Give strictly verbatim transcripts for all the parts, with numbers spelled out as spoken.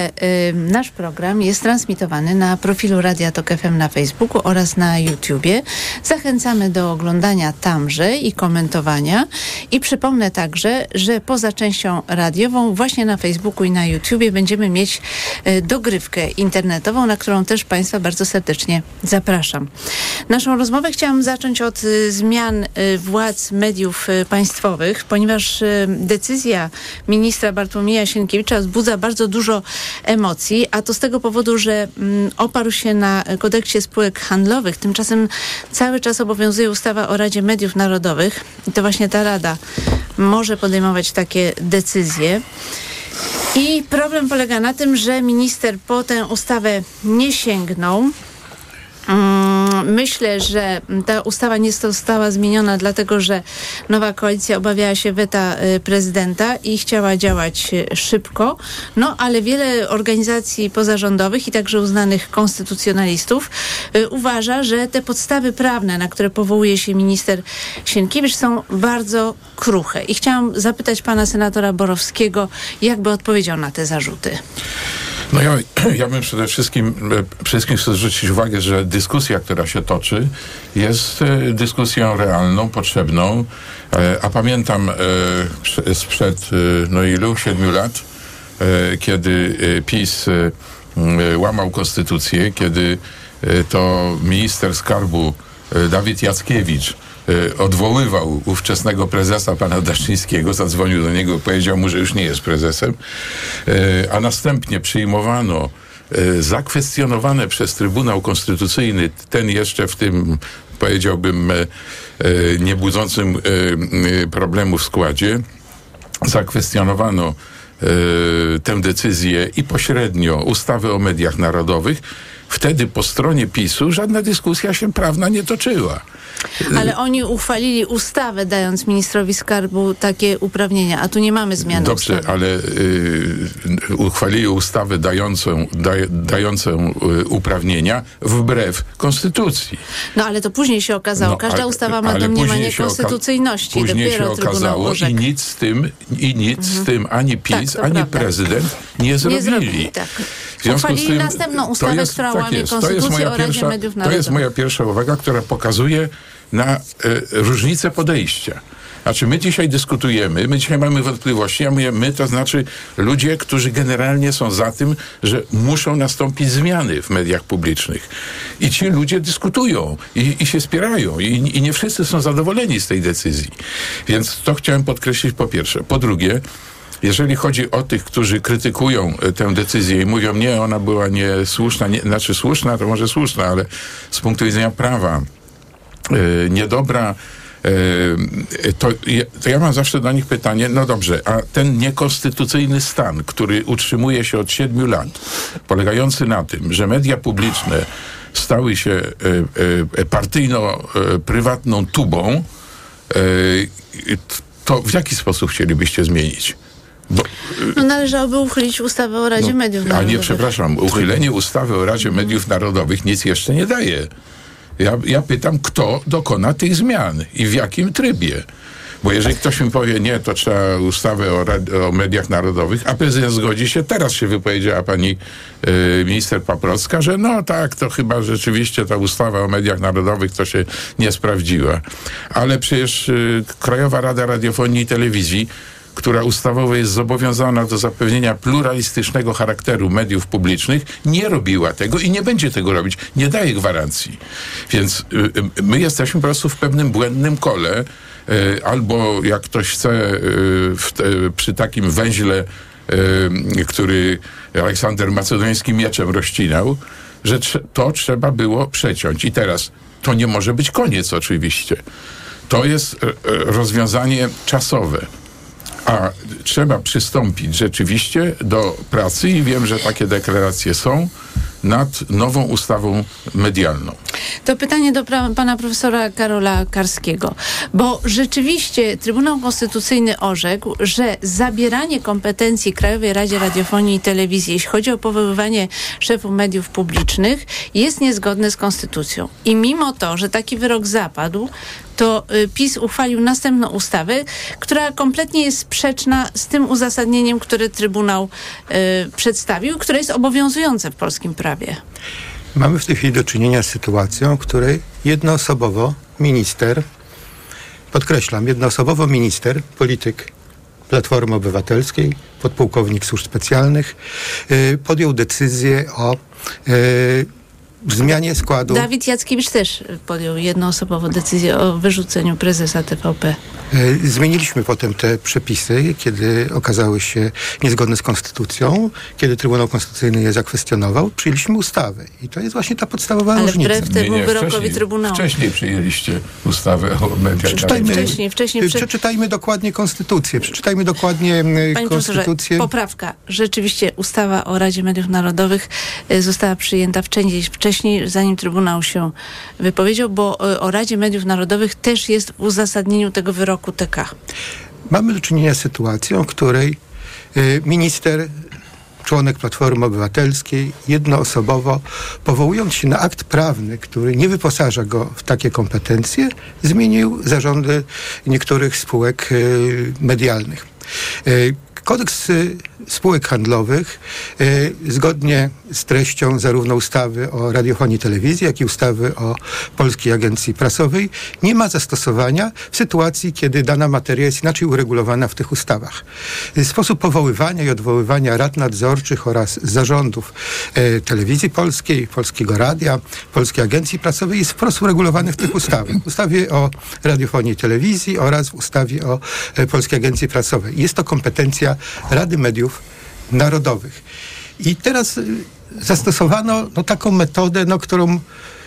że y, nasz program jest transmitowany na profilu Radia Tok F M na Facebooku oraz na YouTubie. Zachęcamy do oglądania tamże i komentowania. I przypomnę także, że poza częścią radiową właśnie na Facebooku i na YouTubie będziemy mieć y, dogrywkę internetową, na którą też Państwa bardzo serdecznie zapraszam. Naszą rozmowę chciałam zacząć od y, zmian y, władz mediów y, państwowych, ponieważ y, decyzja ministra Bartłomieja Sienkiewicza wzbudza bardzo dużo emocji, a to z tego powodu, że mm, oparł się na kodeksie spółek handlowych. Tymczasem cały czas obowiązuje ustawa o Radzie Mediów Narodowych i to właśnie ta Rada może podejmować takie decyzje. I problem polega na tym, że minister po tę ustawę nie sięgnął. Myślę, że ta ustawa nie została zmieniona dlatego, że nowa koalicja obawiała się weta prezydenta i chciała działać szybko. No, ale wiele organizacji pozarządowych i także uznanych konstytucjonalistów uważa, że te podstawy prawne, na które powołuje się minister Sienkiewicz, są bardzo kruche. I chciałam zapytać pana senatora Borowskiego, jakby odpowiedział na te zarzuty. No ja, ja bym przede wszystkim, wszystkim chcę zwrócić uwagę, że dyskusja, która się toczy, jest dyskusją realną, potrzebną, a pamiętam sprzed, no ilu, siedmiu lat, kiedy PiS łamał konstytucję, kiedy to minister skarbu Dawid Jackiewicz odwoływał ówczesnego prezesa pana Daszyńskiego, zadzwonił do niego, powiedział mu, że już nie jest prezesem, a następnie przyjmowano zakwestionowane przez Trybunał Konstytucyjny, ten jeszcze w tym, powiedziałbym, niebudzącym problemu w składzie, zakwestionowano tę decyzję i pośrednio ustawy o mediach narodowych. Wtedy po stronie PiSu żadna dyskusja się prawna nie toczyła. Ale oni uchwalili ustawę, dając ministrowi skarbu takie uprawnienia, a tu nie mamy zmiany Dobrze, ustawy. ale y, uchwalili ustawę dającą, daj, dającą y, uprawnienia wbrew konstytucji. No ale to później się okazało. No, Każda ale, ustawa ma domniemanie konstytucyjności. Oka- później Dopiero się okazało i nic z tym, i nic mhm. z tym ani PiS, tak, ani prawda. prezydent nie zrobili. Nie zrobili, tak. Uchwalili tym, następną ustawę, jest, która tak łamie jest, konstytucję o Radzie Mediów Narodowych. To jest moja pierwsza uwaga, która pokazuje na y, różnicę podejścia. Znaczy my dzisiaj dyskutujemy, my dzisiaj mamy wątpliwości, ja mówię my, to znaczy ludzie, którzy generalnie są za tym, że muszą nastąpić zmiany w mediach publicznych. I ci ludzie dyskutują i, i się spierają i, i nie wszyscy są zadowoleni z tej decyzji. Więc to chciałem podkreślić po pierwsze. Po drugie, jeżeli chodzi o tych, którzy krytykują tę decyzję i mówią, nie, ona była niesłuszna, nie, znaczy słuszna, to może słuszna, ale z punktu widzenia prawa yy, niedobra, yy, to, to ja mam zawsze do nich pytanie, no dobrze, a ten niekonstytucyjny stan, który utrzymuje się od siedmiu lat, polegający na tym, że media publiczne stały się yy, yy, partyjno-prywatną tubą, yy, to w jaki sposób chcielibyście zmienić? Bo, no należałoby uchylić ustawę o Radzie no, Mediów Narodowych. A nie, przepraszam, uchylenie ustawy o Radzie Mediów Narodowych nic jeszcze nie daje. Ja, ja pytam, kto dokona tych zmian i w jakim trybie. Bo jeżeli ktoś mi powie, nie, to trzeba ustawę o, rad- o mediach narodowych, a prezydent zgodzi się, teraz się wypowiedziała pani y, minister Paprocka, że no tak, to chyba rzeczywiście ta ustawa o mediach narodowych to się nie sprawdziła. Ale przecież y, Krajowa Rada Radiofonii i Telewizji, która ustawowo jest zobowiązana do zapewnienia pluralistycznego charakteru mediów publicznych, nie robiła tego i nie będzie tego robić. Nie daje gwarancji. Więc y, my jesteśmy po prostu w pewnym błędnym kole, y, albo jak ktoś chce y, w te, przy takim węźle, y, który Aleksander Macedoński mieczem rozcinał, że trze- to trzeba było przeciąć. I teraz to nie może być koniec oczywiście. To jest y, rozwiązanie czasowe. A trzeba przystąpić rzeczywiście do pracy i wiem, że takie deklaracje są nad nową ustawą medialną. To pytanie do pra- pana profesora Karola Karskiego, bo rzeczywiście Trybunał Konstytucyjny orzekł, że zabieranie kompetencji Krajowej Radzie Radiofonii i Telewizji, jeśli chodzi o powoływanie szefów mediów publicznych, jest niezgodne z konstytucją. I mimo to, że taki wyrok zapadł, to y, PiS uchwalił następną ustawę, która kompletnie jest sprzeczna z tym uzasadnieniem, które Trybunał y, przedstawił, które jest obowiązujące w polskim prawie. Mamy w tej chwili do czynienia z sytuacją, w której jednoosobowo minister, podkreślam, jednoosobowo minister, polityk Platformy Obywatelskiej, podpułkownik służb specjalnych, yy, podjął decyzję o yy, zmianie składu. Dawid Jackiewicz też podjął jednoosobowo decyzję o wyrzuceniu prezesa T V P. Yy, zmieniliśmy potem te przepisy, kiedy okazały się niezgodne z konstytucją, kiedy Trybunał Konstytucyjny je zakwestionował, przyjęliśmy ustawę. I to jest właśnie ta podstawowa Ale różnica. wbrew temu wyrokowi wcześniej, Trybunału. Wcześniej przyjęliście ustawę o mediach. Przeczytajmy, Wcześniej, wcześniej przy... przeczytajmy dokładnie konstytucję. Przeczytajmy dokładnie Panie konstytucję. Poprawka. Rzeczywiście ustawa o Radzie Mediów Narodowych y, została przyjęta wcześniej, wcześniej, zanim Trybunał się wypowiedział, bo y, o Radzie Mediów Narodowych też jest w uzasadnieniu tego wyroku T K. Mamy do czynienia z sytuacją, w której y, minister, członek Platformy Obywatelskiej, jednoosobowo, powołując się na akt prawny, który nie wyposaża go w takie kompetencje, zmienił zarządy niektórych spółek y, medialnych. Y, Kodeks y, spółek handlowych y, zgodnie z treścią zarówno ustawy o radiofonii i telewizji, jak i ustawy o Polskiej Agencji Prasowej nie ma zastosowania w sytuacji, kiedy dana materia jest inaczej uregulowana w tych ustawach. Y, sposób powoływania i odwoływania rad nadzorczych oraz zarządów y, Telewizji Polskiej, Polskiego Radia, Polskiej Agencji Prasowej jest wprost uregulowany w tych ustawach. W ustawie o radiofonii i telewizji oraz w ustawie o y, Polskiej Agencji Prasowej. Jest to kompetencja Rady Mediów Narodowych. I teraz y, zastosowano no, taką metodę, no, którą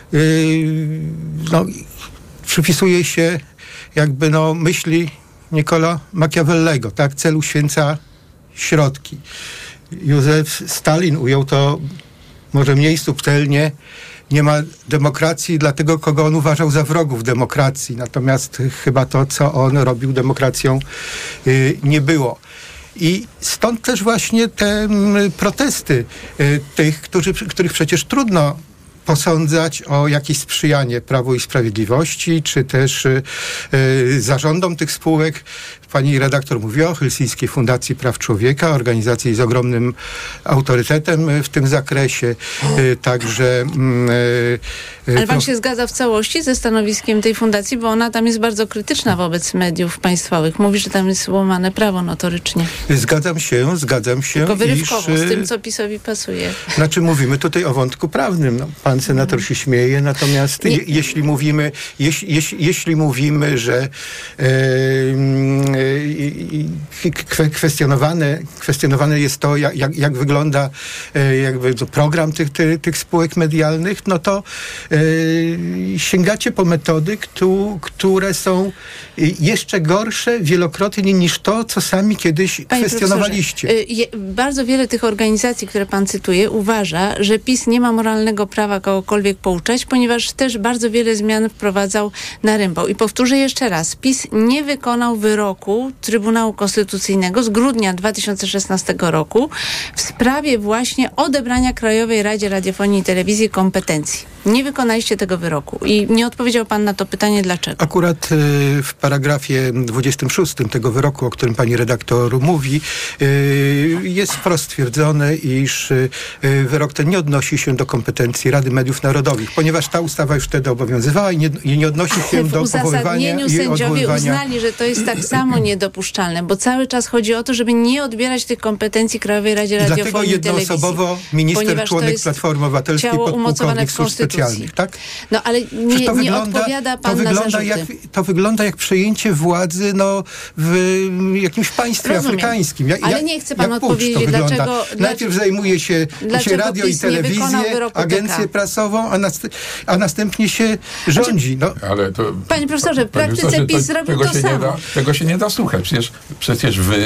y, no, przypisuje się jakby no, myśli Niccolò Machiavellego, tak? Cel uświęca środki. Józef Stalin ujął to może mniej subtelnie. Nie ma demokracji dla tego, kogo on uważał za wrogów demokracji. Natomiast chyba to, co on robił, demokracją y, nie było. I stąd też właśnie te m, protesty y, tych, którzy, których przecież trudno posądzać o jakieś sprzyjanie Prawu i Sprawiedliwości, czy też y, y, zarządom tych spółek. Pani redaktor mówiła o Helsińskiej Fundacji Praw Człowieka, organizacji z ogromnym autorytetem w tym zakresie. Y, także... Y, Ale pan się zgadza w całości ze stanowiskiem tej fundacji, bo ona tam jest bardzo krytyczna wobec mediów państwowych. Mówi, że tam jest łamane prawo notorycznie. Zgadzam się, zgadzam się. Tylko wyrywkowo, iż, z tym, co PiS-owi pasuje. Znaczy mówimy tutaj o wątku prawnym. No, pan senator się śmieje, natomiast je, jeśli mówimy, jeśli, jeśli, jeśli mówimy, że e, e, kwestionowane, kwestionowane jest to, jak, jak, jak wygląda e, jakby program tych, tych, tych spółek medialnych, no to e, sięgacie po metody, któ, które są jeszcze gorsze wielokrotnie niż to, co sami kiedyś Panie kwestionowaliście. Je, bardzo wiele tych organizacji, które pan cytuje, uważa, że PiS nie ma moralnego prawa kogokolwiek pouczać, ponieważ też bardzo wiele zmian wprowadzał na rympał. I powtórzę jeszcze raz, PiS nie wykonał wyroku Trybunału Konstytucyjnego z grudnia dwa tysiące szesnastego roku w sprawie właśnie odebrania Krajowej Radzie Radiofonii i Telewizji kompetencji. Nie wykonaliście tego wyroku i nie odpowiedział pan na to pytanie, dlaczego. Akurat y, w paragrafie dwudziestym szóstym tego wyroku, o którym pani redaktor mówi, y, jest wprost stwierdzone, iż y, wyrok ten nie odnosi się do kompetencji Rady Mediów Narodowych, ponieważ ta ustawa już wtedy obowiązywała i nie, i nie odnosi się w do powoływania i sędziowie odwoływania. uznali, że to jest tak samo niedopuszczalne, bo cały czas chodzi o to, żeby nie odbierać tych kompetencji Krajowej Radzie Radiofonii i Telewizji. Dlatego jednoosobowo minister, członek Platformy Obywatelskiej, podpułkownik służb specjalnych, tak? No ale nie, to nie wygląda, odpowiada pan to na wygląda zarzuty. jak, to wygląda jak przejęcie władzy no, w jakimś państwie Rozumiem. afrykańskim. Ja, Ale ja, nie chce pan jak pucz odpowiedzieć, to wygląda. dlaczego... Najpierw zajmuje się, się radio i telewizję, agencję prasową, a, nast- a następnie się rządzi. No. Ale to, Panie profesorze, w panie praktyce profesorze, PiS to, zrobił tego to się samo. Nie da, tego się nie da słuchać. Przecież, przecież wy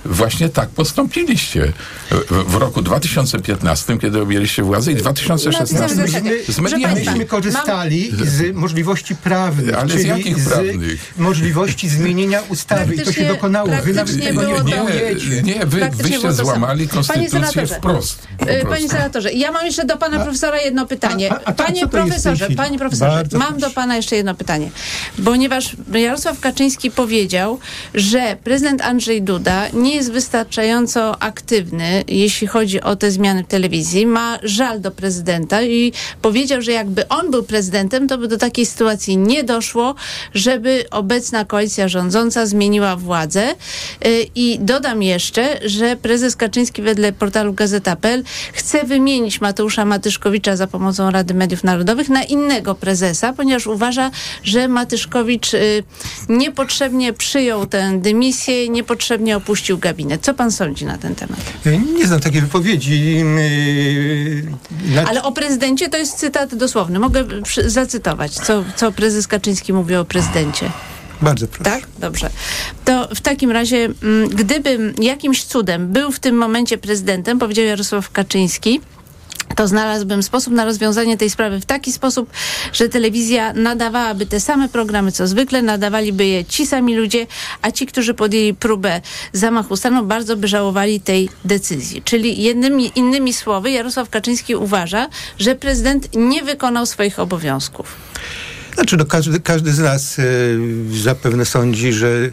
właśnie tak postąpiliście. W, w roku dwa tysiące piętnastym, kiedy objęliście władzę, i dwa tysiące szesnastym Myśmy, z mediami. myśmy korzystali Mam... z możliwości prawnych, ale czyli z jakich z prawnych? możliwości zmienienia ustawy i to się dokonało. Wy nawet tego nie wywołujecie. Nie, wy, wyście złamali konstytucję wprost. Panie senatorze, ja mam jeszcze do pana a, profesora jedno pytanie. A, a, a panie profesorze, panie profesorze, Bardzo mam proszę. do pana jeszcze jedno pytanie. Ponieważ Jarosław Kaczyński powiedział, że prezydent Andrzej Duda nie jest wystarczająco aktywny, jeśli chodzi o te zmiany w telewizji. Ma żal do prezydenta i powiedział, że jakby on był prezydentem, to by do takiej sytuacji nie doszło, żeby obecna koalicja rządząca zmieniła władzę. I dodam jeszcze, że prezes Kaczyński wedle portalu Gazeta kropka p l chce wymienić Mateusza Matyszkowicza za pomocą Rady Mediów Narodowych na innego prezesa, ponieważ uważa, że Matyszkowicz y, niepotrzebnie przyjął tę dymisję, niepotrzebnie opuścił gabinet. Co pan sądzi na ten temat? Nie znam takiej wypowiedzi. Na... Ale o prezydencie to jest cytat dosłowny. Mogę przy, zacytować, co, co prezes Kaczyński mówi o prezydencie. Bardzo proszę. Tak? Dobrze. To w takim razie, m, gdybym jakimś cudem był w tym momencie prezydentem, powiedział Jarosław Kaczyński, to znalazłbym sposób na rozwiązanie tej sprawy w taki sposób, że telewizja nadawałaby te same programy, co zwykle, nadawaliby je ci sami ludzie, a ci, którzy podjęli próbę zamachu stanu, bardzo by żałowali tej decyzji. Czyli jednymi, innymi słowy, Jarosław Kaczyński uważa, że prezydent nie wykonał swoich obowiązków. Znaczy, no, każdy, każdy z nas y, zapewne sądzi, że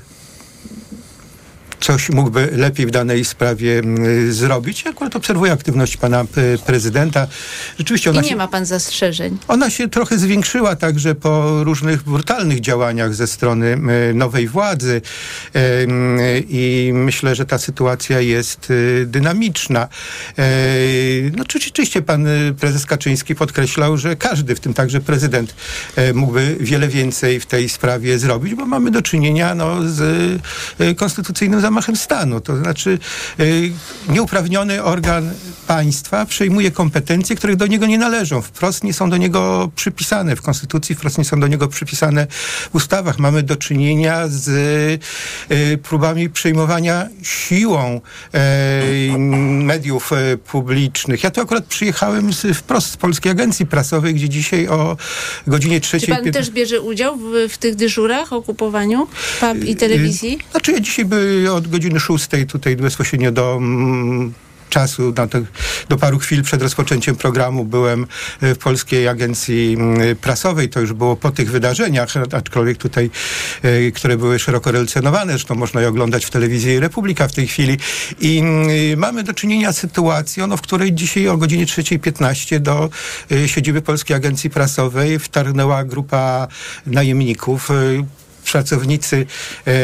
coś mógłby lepiej w danej sprawie y, zrobić. Ja akurat obserwuję aktywność pana y, prezydenta. Rzeczywiście ona I nie się, ma pan zastrzeżeń. Ona się trochę zwiększyła także po różnych brutalnych działaniach ze strony y, nowej władzy y, y, i myślę, że ta sytuacja jest y, dynamiczna. Y, no rzeczywiście pan y, prezes Kaczyński podkreślał, że każdy, w tym także prezydent, y, mógłby wiele więcej w tej sprawie zrobić, bo mamy do czynienia no, z y, konstytucyjnym zamachem zamachem stanu. To znaczy y, nieuprawniony organ państwa przejmuje kompetencje, które do niego nie należą. Wprost nie są do niego przypisane w Konstytucji, wprost nie są do niego przypisane w ustawach. Mamy do czynienia z y, próbami przejmowania siłą y, mediów y, publicznych. Ja tu akurat przyjechałem z, wprost z Polskiej Agencji Prasowej, gdzie dzisiaj o godzinie trzeciej... Czy pan też bierze udział w, w tych dyżurach, okupowaniu pub i telewizji? Y, znaczy ja dzisiaj by od godziny szóstej tutaj bezpośrednio do mm, czasu, na te, do paru chwil przed rozpoczęciem programu byłem w Polskiej Agencji Prasowej. To już było po tych wydarzeniach, aczkolwiek tutaj, y, które były szeroko relacjonowane, zresztą można je oglądać w telewizji Republika w tej chwili. I y, mamy do czynienia z sytuacją, no, w której dzisiaj o godzinie trzeciej piętnaście do y, siedziby Polskiej Agencji Prasowej wtargnęła grupa najemników, y, pracownicy e,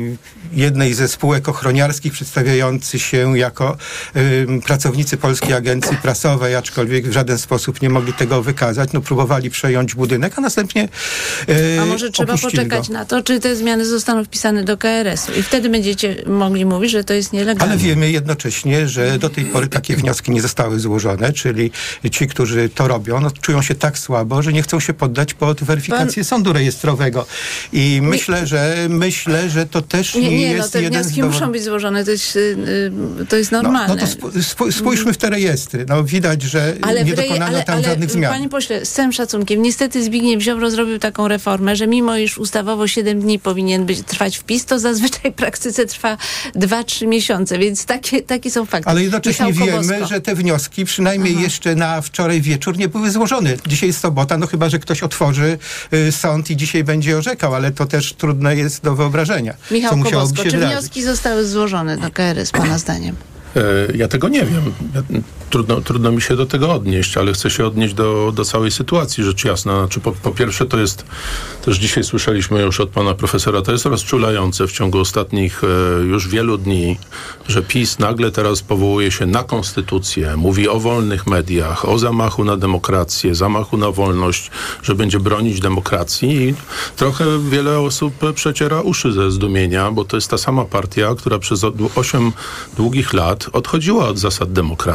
jednej ze spółek ochroniarskich przedstawiający się jako e, pracownicy Polskiej Agencji Prasowej, aczkolwiek w żaden sposób nie mogli tego wykazać. No, próbowali przejąć budynek, a następnie e, A może trzeba poczekać go. na to, czy te zmiany zostaną wpisane do K R S u i wtedy będziecie mogli mówić, że to jest nielegalne. Ale wiemy jednocześnie, że do tej pory takie wnioski nie zostały złożone, czyli ci, którzy to robią, no, czują się tak słabo, że nie chcą się poddać pod weryfikację Pan... sądu rejestrowego. I Myślę, że myślę, że to też nie, nie, nie jest no, te jeden wnioski z muszą być złożone, to jest, yy, to jest normalne. No, no to sp- spójrzmy w te rejestry. No, widać, że ale nie dokonano ale, tam ale, żadnych zmian. Panie pośle, z całym szacunkiem, niestety Zbigniew Ziobro zrobił taką reformę, że mimo iż ustawowo siedem dni powinien być trwać wpis, to zazwyczaj w praktyce trwa dwa trzy miesiące, więc takie, takie są fakty. Ale jednocześnie wiemy, że te wnioski przynajmniej Aha. jeszcze na wczoraj wieczór nie były złożone. Dzisiaj jest sobota, no chyba, że ktoś otworzy y, sąd i dzisiaj będzie orzekał, ale to też trudne jest do wyobrażenia. Michał co Kobosko, czy wydarzyć. wnioski zostały złożone do K R S, pana zdaniem? Ja tego nie wiem. Ja, trudno, trudno mi się do tego odnieść, ale chcę się odnieść do, do całej sytuacji, rzecz jasna. Znaczy, po, po pierwsze, to jest, też dzisiaj słyszeliśmy już od pana profesora, to jest rozczulające w ciągu ostatnich e, już wielu dni, że PiS nagle teraz powołuje się na konstytucję, mówi o wolnych mediach, o zamachu na demokrację, zamachu na wolność, że będzie bronić demokracji i trochę wiele osób przeciera uszy ze zdumienia, bo to jest ta sama partia, która przez osiem długich lat odchodziła od zasad demokracji, od,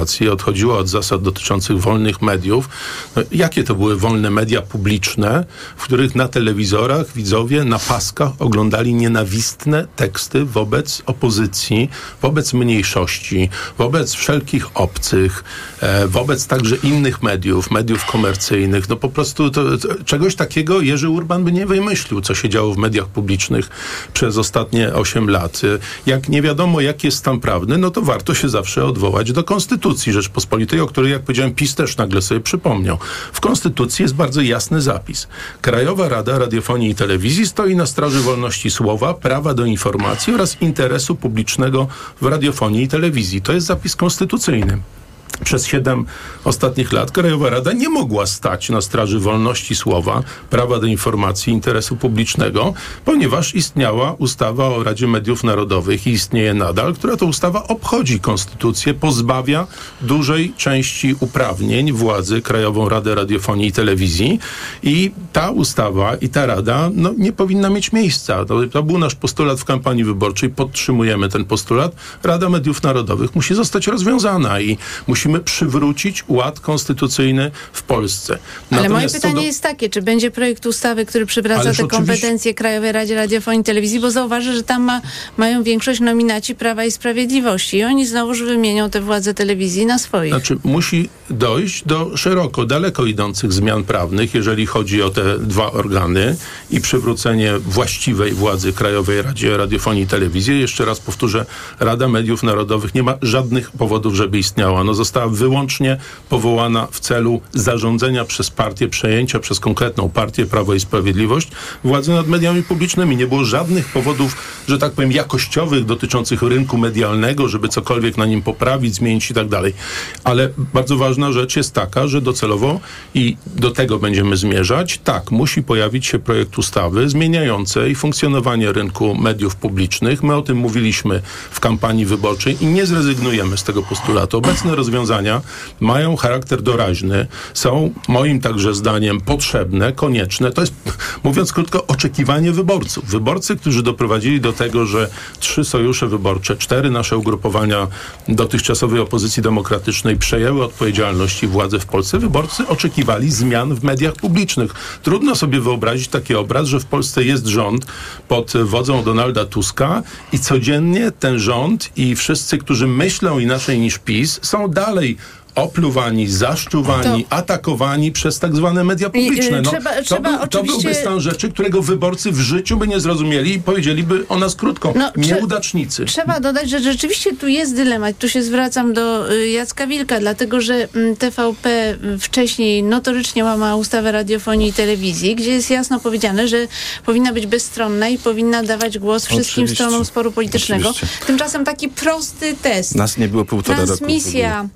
odchodziła od zasad dotyczących wolnych mediów. No, jakie to były wolne media publiczne, w których na telewizorach widzowie na paskach oglądali nienawistne teksty wobec opozycji, wobec mniejszości, wobec wszelkich obcych, e, wobec także innych mediów, mediów komercyjnych. No po prostu to, to, czegoś takiego Jerzy Urban by nie wymyślił, co się działo w mediach publicznych przez ostatnie osiem lat. Jak nie wiadomo, jaki jest stan prawny, no to warto się zawsze odwołać do Konstytucji Rzeczpospolitej, o której, jak powiedziałem, PiS też nagle sobie przypomniał. W Konstytucji jest bardzo jasny zapis. Krajowa Rada Radiofonii i Telewizji stoi na straży wolności słowa, prawa do informacji oraz interesu publicznego w radiofonii i telewizji. To jest zapis konstytucyjny. Przez siedem ostatnich lat Krajowa Rada nie mogła stać na straży wolności słowa, prawa do informacji, interesu publicznego, ponieważ istniała ustawa o Radzie Mediów Narodowych i istnieje nadal, która to ustawa obchodzi konstytucję, pozbawia dużej części uprawnień władzy Krajową Radę Radiofonii i Telewizji i ta ustawa i ta Rada no, nie powinna mieć miejsca. To, to był nasz postulat w kampanii wyborczej, podtrzymujemy ten postulat. Rada Mediów Narodowych musi zostać rozwiązana i musi Musimy przywrócić ład konstytucyjny w Polsce. Ale Natomiast moje pytanie do... jest takie, czy będzie projekt ustawy, który przywraca Ależ te oczywiście... kompetencje Krajowej Radzie Radiofonii i Telewizji, bo zauważę, że tam ma, mają większość nominaci Prawa i Sprawiedliwości i oni znowuż wymienią tę władzę telewizji na swoich. Znaczy, musi dojść do szeroko, daleko idących zmian prawnych, jeżeli chodzi o te dwa organy i przywrócenie właściwej władzy Krajowej Radzie Radiofonii i Telewizji. Jeszcze raz powtórzę, Rada Mediów Narodowych nie ma żadnych powodów, żeby istniała. No, została wyłącznie powołana w celu zarządzenia przez partię, przejęcia przez konkretną partię Prawo i Sprawiedliwość władzy nad mediami publicznymi. Nie było żadnych powodów, że tak powiem, jakościowych dotyczących rynku medialnego, żeby cokolwiek na nim poprawić, zmienić i tak dalej. Ale bardzo ważna rzecz jest taka, że docelowo i do tego będziemy zmierzać. Tak, musi pojawić się projekt ustawy zmieniającej funkcjonowanie rynku mediów publicznych. My o tym mówiliśmy w kampanii wyborczej i nie zrezygnujemy z tego postulatu. Obecne rozwiązania mają charakter doraźny, są moim także zdaniem potrzebne, konieczne. To jest, mówiąc krótko, oczekiwanie wyborców. Wyborcy, którzy doprowadzili do tego, że trzy sojusze wyborcze, cztery nasze ugrupowania dotychczasowej opozycji demokratycznej przejęły odpowiedzialność i władzę w Polsce, wyborcy oczekiwali zmian w mediach publicznych. Trudno sobie wyobrazić taki obraz, że w Polsce jest rząd pod wodzą Donalda Tuska i codziennie ten rząd i wszyscy, którzy myślą inaczej niż PiS, są dalej opluwani, zaszczuwani, to... atakowani przez tak zwane media publiczne. No, trzeba, to, trzeba był, oczywiście... to byłby stan rzeczy, którego wyborcy w życiu by nie zrozumieli i powiedzieliby o nas krótko. No, nieudacznicy. Trzeba dodać, że rzeczywiście tu jest dylemat. Tu się zwracam do y, Jacka Wilka, dlatego, że y, T V P wcześniej notorycznie łamała ustawę radiofonii i telewizji, gdzie jest jasno powiedziane, że powinna być bezstronna i powinna dawać głos wszystkim Oczywiście. stronom sporu politycznego. Oczywiście. Tymczasem taki prosty test. Nas nie było półtora roku. Transmisja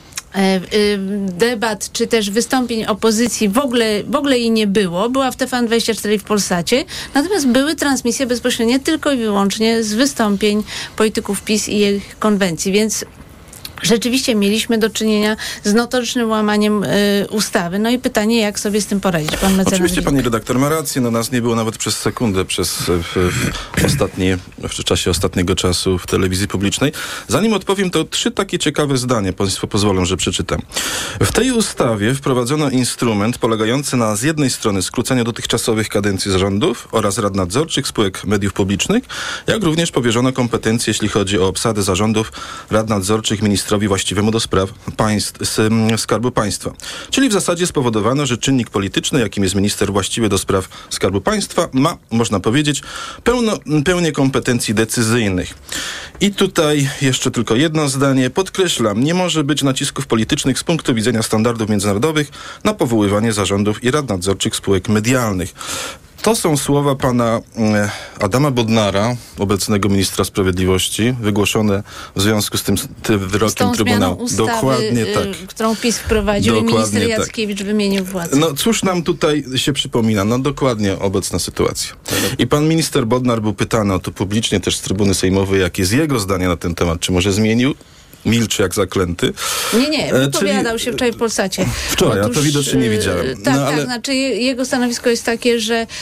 debat, czy też wystąpień opozycji w ogóle, w ogóle jej nie było. Była w T V N dwadzieścia cztery i w Polsacie. Natomiast były transmisje bezpośrednie tylko i wyłącznie z wystąpień polityków PiS i ich konwencji. Więc rzeczywiście mieliśmy do czynienia z notorycznym łamaniem y, ustawy. No i pytanie, jak sobie z tym poradzić? Pan mecenas Oczywiście Wilk. pani redaktor ma rację. No nas nie było nawet przez sekundę przez w, w, ostatnie, w czasie ostatniego czasu w telewizji publicznej. Zanim odpowiem, to trzy takie ciekawe zdania. Państwo pozwolą, że przeczytam. W tej ustawie wprowadzono instrument polegający na z jednej strony skróceniu dotychczasowych kadencji zarządów oraz rad nadzorczych spółek mediów publicznych, jak również powierzono kompetencje, jeśli chodzi o obsadę zarządów rad nadzorczych ministrowi właściwemu do spraw państw, Skarbu Państwa. Czyli w zasadzie spowodowano, że czynnik polityczny, jakim jest minister właściwy do spraw Skarbu Państwa, ma, można powiedzieć, pełno, pełnię kompetencji decyzyjnych. I tutaj jeszcze tylko jedno zdanie. Podkreślam, nie może być nacisków politycznych z punktu widzenia standardów międzynarodowych na powoływanie zarządów i rad nadzorczych spółek medialnych. To są słowa pana Adama Bodnara, obecnego ministra sprawiedliwości, wygłoszone w związku z tym, tym wyrokiem Trybunału. Ustawy, Dokładnie tak. Którą PiS wprowadził i minister Jackiewicz tak. wymienił władzę. No cóż nam tutaj się przypomina? No dokładnie obecna sytuacja. I pan minister Bodnar był pytany o to publicznie też z trybuny sejmowej, jakie jest jego zdanie na ten temat. Czy może zmienił milczy jak zaklęty. Nie, nie, wypowiadał się wczoraj w Polsacie. Wczoraj, Otóż, ja to widocznie nie widziałem. Tak, no, ale... tak, znaczy jego stanowisko jest takie, że y,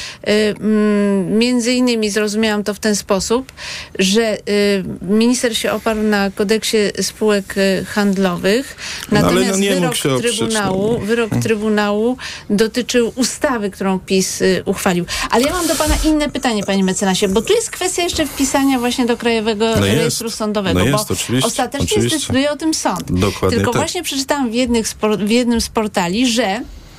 mm, między innymi zrozumiałam to w ten sposób, że y, minister się oparł na kodeksie spółek y, handlowych, natomiast no, no wyrok, trybunału, wyrok Trybunału dotyczył ustawy, którą PiS y, uchwalił. Ale ja mam do pana inne pytanie, panie mecenasie, bo tu jest kwestia jeszcze wpisania właśnie do Krajowego no Rejestru jest. Sądowego, no bo jest, oczywiście, ostatecznie oczywiście. zdecyduje o tym sąd. Dokładnie Tylko tak. właśnie przeczytałam w, jednych z por- w jednym z portali, że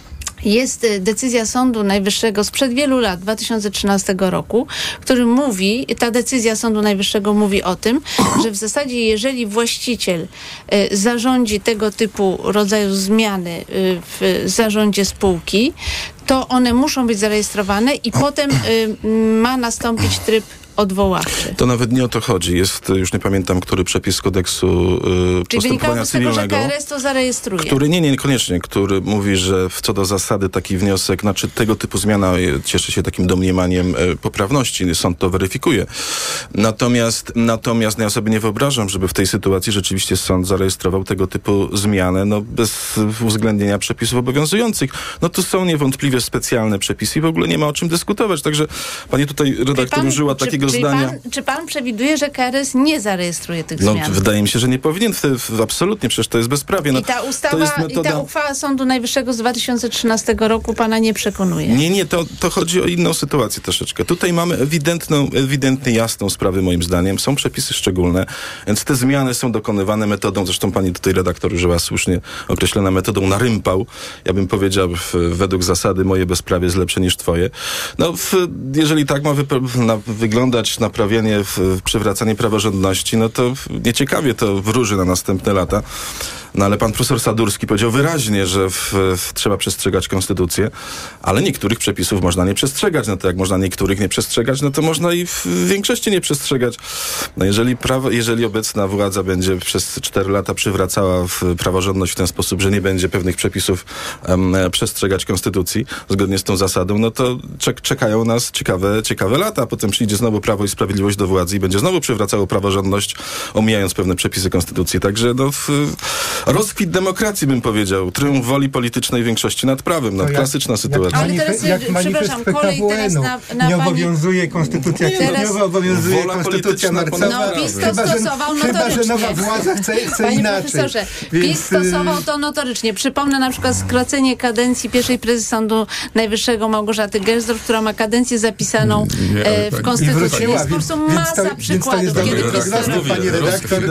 jest decyzja Sądu Najwyższego sprzed wielu lat, dwa tysiące trzynastego roku, który mówi, ta decyzja Sądu Najwyższego mówi o tym, że w zasadzie jeżeli właściciel y, zarządzi tego typu rodzaju zmiany y, w zarządzie spółki, to one muszą być zarejestrowane i potem y, ma nastąpić tryb odwoławczy. To nawet nie o to chodzi. Jest, już nie pamiętam, który przepis kodeksu yy, Czyli postępowania z tego, cywilnego. że K R S to zarejestruje. Który, nie, nie, niekoniecznie, który mówi, że co do zasady taki wniosek, znaczy tego typu zmiana cieszy się takim domniemaniem e, poprawności. Sąd to weryfikuje. Natomiast, natomiast no ja sobie nie wyobrażam, żeby w tej sytuacji rzeczywiście sąd zarejestrował tego typu zmianę, no bez uwzględnienia przepisów obowiązujących. No to są niewątpliwie specjalne przepisy i w ogóle nie ma o czym dyskutować. Także pani tutaj redaktor użyła takiego czy zdania. Pan, czy pan przewiduje, że K R S nie zarejestruje tych no, zmian? Wydaje mi się, że nie powinien. W, w, absolutnie, przecież to jest bezprawie. No, I ta ustawa, to jest metoda... i ta uchwała Sądu Najwyższego z dwa tysiące trzynastego roku pana nie przekonuje? Nie, nie, to, to chodzi o inną sytuację troszeczkę. Tutaj mamy ewidentną, ewidentnie jasną sprawę moim zdaniem. Są przepisy szczególne, więc te zmiany są dokonywane metodą, zresztą pani tutaj redaktor użyła słusznie określona metodą na rympał. Ja bym powiedział w, według zasady moje bezprawie jest lepsze niż twoje. No, w, jeżeli tak ma wyp- na, wyglądać naprawienie, w, przywracanie praworządności, no to nieciekawie to wróży na następne lata. No ale pan profesor Sadurski powiedział wyraźnie, że w, w, trzeba przestrzegać konstytucję, ale niektórych przepisów można nie przestrzegać. No to jak można niektórych nie przestrzegać, no to można i w większości nie przestrzegać. No jeżeli, prawo, jeżeli obecna władza będzie przez cztery lata przywracała w praworządność w ten sposób, że nie będzie pewnych przepisów um, przestrzegać konstytucji zgodnie z tą zasadą, no to czek- czekają nas ciekawe, ciekawe lata. Potem przyjdzie znowu Prawo i Sprawiedliwość do władzy i będzie znowu przywracało praworządność, omijając pewne przepisy konstytucji. Także no w, rozkwit demokracji, bym powiedział. Triumf woli politycznej większości nad prawem. No, jak, klasyczna sytuacja. Ale teraz, jak manifest kolej teraz na, na nie pani... obowiązuje konstytucja kwietniowa, obowiązuje Wola konstytucja marcowa. No, PiS to chyba, stosował że, notorycznie. Chyba, że nowa władza chce, chce Panie inaczej. profesorze, Więc... PiS stosował to notorycznie. Przypomnę na przykład skracenie kadencji pierwszej prezes Sądu Najwyższego Małgorzaty Gersdorf, która ma kadencję zapisaną Nie, e, w Konstytucji. Jest po prostu masa to, przykładów, to kiedy PiS pani redaktor.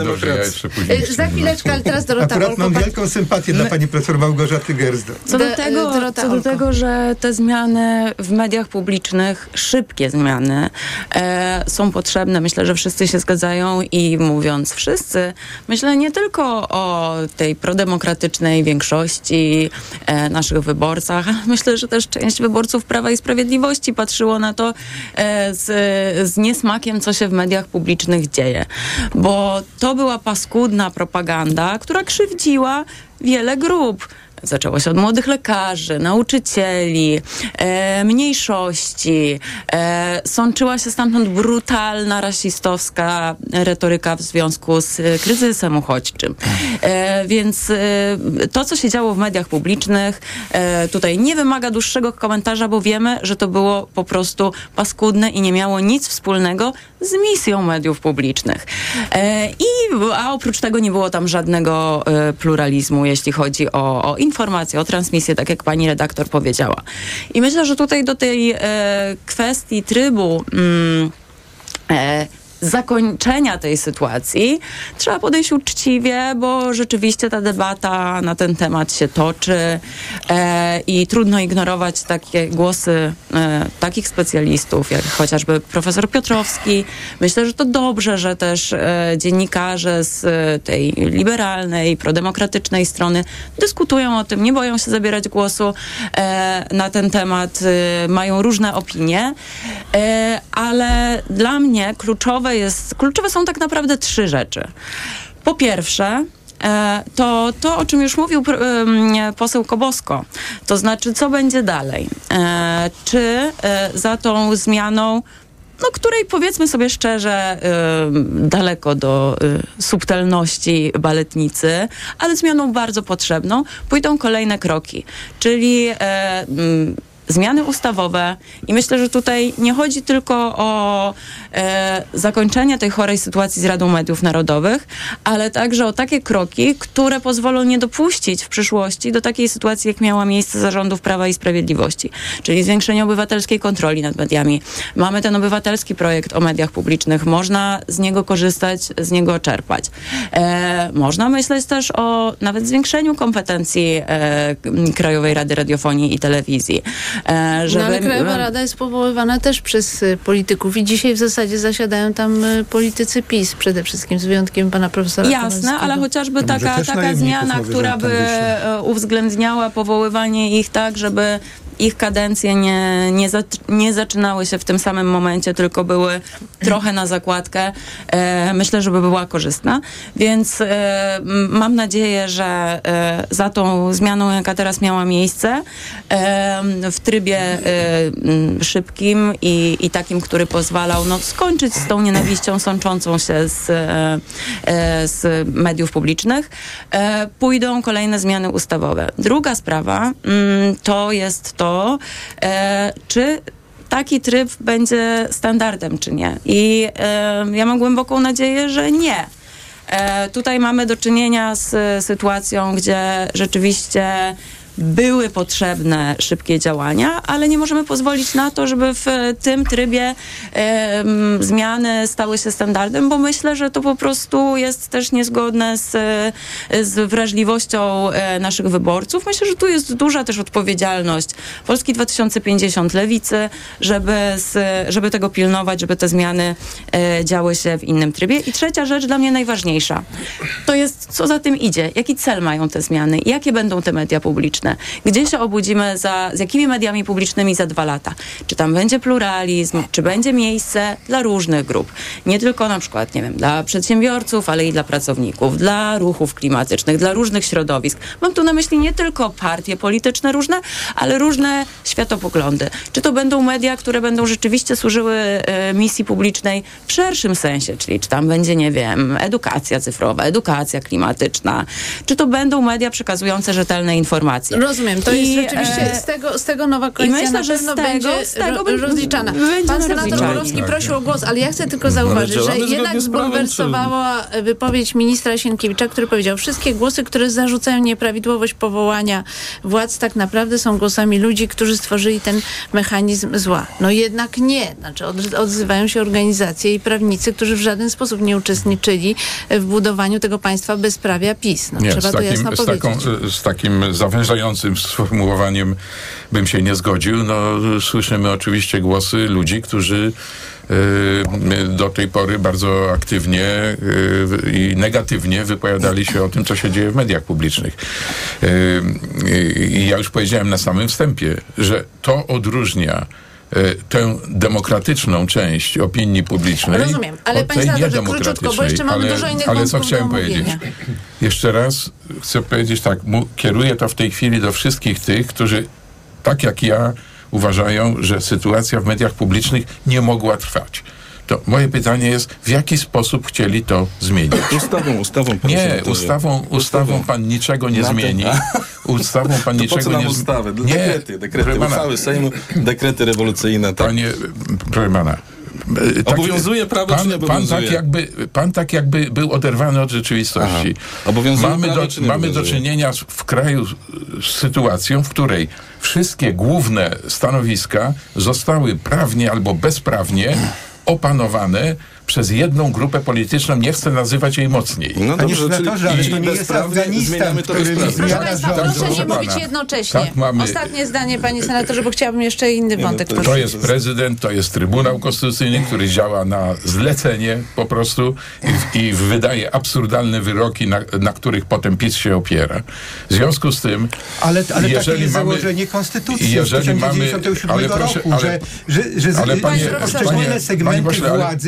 Ja Za chwileczkę, ale teraz Dorota Akurat mam Olko, wielką sympatię dla pani profesor Małgorzaty Gersdorf. Co do De- tego, Dorota co do Olko. tego, że te zmiany w mediach publicznych, szybkie zmiany, e, są potrzebne. Myślę, że wszyscy się zgadzają i mówiąc wszyscy, myślę nie tylko o tej prodemokratycznej większości e, naszych wyborcach, ale myślę, że też część wyborców Prawa i Sprawiedliwości patrzyło na to e, z, z niesmakiem, co się w mediach publicznych dzieje. Bo to była paskudna propaganda, która krzywdziła wiele grup. Zaczęło się od młodych lekarzy, nauczycieli, e, mniejszości. E, sączyła się stamtąd brutalna, rasistowska retoryka w związku z e, kryzysem uchodźczym. E, więc e, to, co się działo w mediach publicznych, e, tutaj nie wymaga dłuższego komentarza, bo wiemy, że to było po prostu paskudne i nie miało nic wspólnego z misją mediów publicznych. E, i, a oprócz tego nie było tam żadnego e, pluralizmu, jeśli chodzi o, o informacje, o transmisję, tak jak pani redaktor powiedziała. I myślę, że tutaj do tej e, kwestii trybu mm, e, zakończenia tej sytuacji trzeba podejść uczciwie, bo rzeczywiście ta debata na ten temat się toczy e, i trudno ignorować takie głosy e, takich specjalistów, jak chociażby profesor Piotrowski. Myślę, że to dobrze, że też e, dziennikarze z e, tej liberalnej, prodemokratycznej strony dyskutują o tym, nie boją się zabierać głosu e, na ten temat, e, mają różne opinie, e, ale dla mnie kluczowe jest, kluczowe są tak naprawdę trzy rzeczy. Po pierwsze, e, to to, o czym już mówił e, poseł Kobosko, to znaczy, co będzie dalej. E, czy e, za tą zmianą no, której powiedzmy sobie szczerze y, daleko do y, subtelności baletnicy, ale zmianą bardzo potrzebną, pójdą kolejne kroki, czyli y, y, zmiany ustawowe i myślę, że tutaj nie chodzi tylko o e, zakończenie tej chorej sytuacji z Radą Mediów Narodowych, ale także o takie kroki, które pozwolą nie dopuścić w przyszłości do takiej sytuacji, jak miała miejsce za rządów Prawa i Sprawiedliwości, czyli zwiększenie obywatelskiej kontroli nad mediami. Mamy ten obywatelski projekt o mediach publicznych, można z niego korzystać, z niego czerpać. E, można myśleć też o nawet zwiększeniu kompetencji e, Krajowej Rady Radiofonii i Telewizji. E, żeby... No ale Krajowa Rada jest powoływana też przez y, polityków i dzisiaj w zasadzie zasiadają tam y, politycy PiS, przede wszystkim z wyjątkiem pana profesora Jasne, Kowalskiego. ale chociażby taka, taka zmiana, która by e, uwzględniała powoływanie ich tak, żeby ich kadencje nie, nie, za, nie zaczynały się w tym samym momencie, tylko były trochę na zakładkę. E, myślę, że by była korzystna. Więc e, mam nadzieję, że e, za tą zmianą, jaka teraz miała miejsce, e, w trybie e, szybkim i, i takim, który pozwalał no, skończyć z tą nienawiścią sączącą się z, e, z mediów publicznych, e, pójdą kolejne zmiany ustawowe. Druga sprawa mm, to jest to, to, e, czy taki tryb będzie standardem, czy nie. I e, ja mam głęboką nadzieję, że nie. E, tutaj mamy do czynienia z sytuacją, gdzie rzeczywiście były potrzebne szybkie działania, ale nie możemy pozwolić na to, żeby w tym trybie e, zmiany stały się standardem, bo myślę, że to po prostu jest też niezgodne z, z wrażliwością e, naszych wyborców. Myślę, że tu jest duża też odpowiedzialność Polski dwa tysiące pięćdziesiąt, Lewicy, żeby, z, żeby tego pilnować, żeby te zmiany e, działy się w innym trybie. I trzecia rzecz, dla mnie najważniejsza, to jest, co za tym idzie, jaki cel mają te zmiany, jakie będą te media publiczne. Gdzie się obudzimy, za, z jakimi mediami publicznymi za dwa lata? Czy tam będzie pluralizm, czy będzie miejsce dla różnych grup? Nie tylko na przykład, nie wiem, dla przedsiębiorców, ale i dla pracowników, dla ruchów klimatycznych, dla różnych środowisk. Mam tu na myśli nie tylko partie polityczne różne, ale różne światopoglądy. Czy to będą media, które będą rzeczywiście służyły e, misji publicznej w szerszym sensie, czyli czy tam będzie, nie wiem, edukacja cyfrowa, edukacja klimatyczna, czy to będą media przekazujące rzetelne informacje. Rozumiem, to I, jest rzeczywiście e, z tego, z tego nowa koalicja myślę, na że pewno z tego, będzie z tego ro, rozliczana. Pan senator rozliczani. Borowski prosił o głos, ale ja chcę tylko zauważyć, Ale że działamy jednak zgodnie z prawem, zbulwersowała wypowiedź ministra Sienkiewicza, który powiedział, wszystkie głosy, które zarzucają nieprawidłowość powołania władz, tak naprawdę są głosami ludzi, którzy stworzyli ten mechanizm zła. No jednak nie. Znaczy od, odzywają się organizacje i prawnicy, którzy w żaden sposób nie uczestniczyli w budowaniu tego państwa bezprawia PiS. No, nie, trzeba z to jasno takim, z, powiedzieć. taką, z takim zawężającym sformułowaniem bym się nie zgodził. No, słyszymy oczywiście głosy ludzi, którzy y, do tej pory bardzo aktywnie y, i negatywnie wypowiadali się o tym, co się dzieje w mediach publicznych. I y, ja już powiedziałem na samym wstępie, że to odróżnia tę demokratyczną część opinii publicznej. Rozumiem, ale od panie tej senatorze, króciutko, bo jeszcze mamy ale, dużo innych ale co chciałem do powiedzieć? omówienia. Jeszcze raz chcę powiedzieć tak, mu, kieruję to w tej chwili do wszystkich tych, którzy tak jak ja uważają, że sytuacja w mediach publicznych nie mogła trwać. To moje pytanie jest, w jaki sposób chcieli to zmienić? Ustawą, ustawą. Nie, senatorze. ustawą, ustawą pan niczego nie zmieni. Ustawą pan to niczego po co nam nie ustawy? Nie, dekrety, dekrety, uchwały Sejmu, dekrety rewolucyjne. Tak. Panie, proszę pana, tak, obowiązuje prawo, pan, czy nie obowiązuje? Pan tak, jakby, pan tak jakby był oderwany od rzeczywistości. Obowiązuje mamy prawo, do, czy nie mamy do obowiązuje? czynienia w kraju z sytuacją, w której wszystkie główne stanowiska zostały prawnie albo bezprawnie opanowane przez jedną grupę polityczną, nie chcę nazywać jej mocniej. No Panie dobrze, senatorze, ale czyli to nie jest Afganistan, to który bezprawnie. Proszę Tak, Państwa, tak, proszę proszę nie mówić pana. jednocześnie. Tak, mamy- Ostatnie zdanie, panie senatorze, bo chciałabym jeszcze inny no wątek to- poruszyć. To jest prezydent, to jest Trybunał Konstytucyjny, który działa na zlecenie po prostu i, i wydaje absurdalne wyroki, na, na których potem PiS się opiera. W związku z tym, Ale, ale takie jeżeli jest mamy, założenie Konstytucji z jeżeli tysiąc mamy, dziewięćset dziewięćdziesiątego siódmego ale proszę, roku, ale, że, że, że ale panie- poszczególne panie- segmenty panie pośle, ale władzy nie proszę- są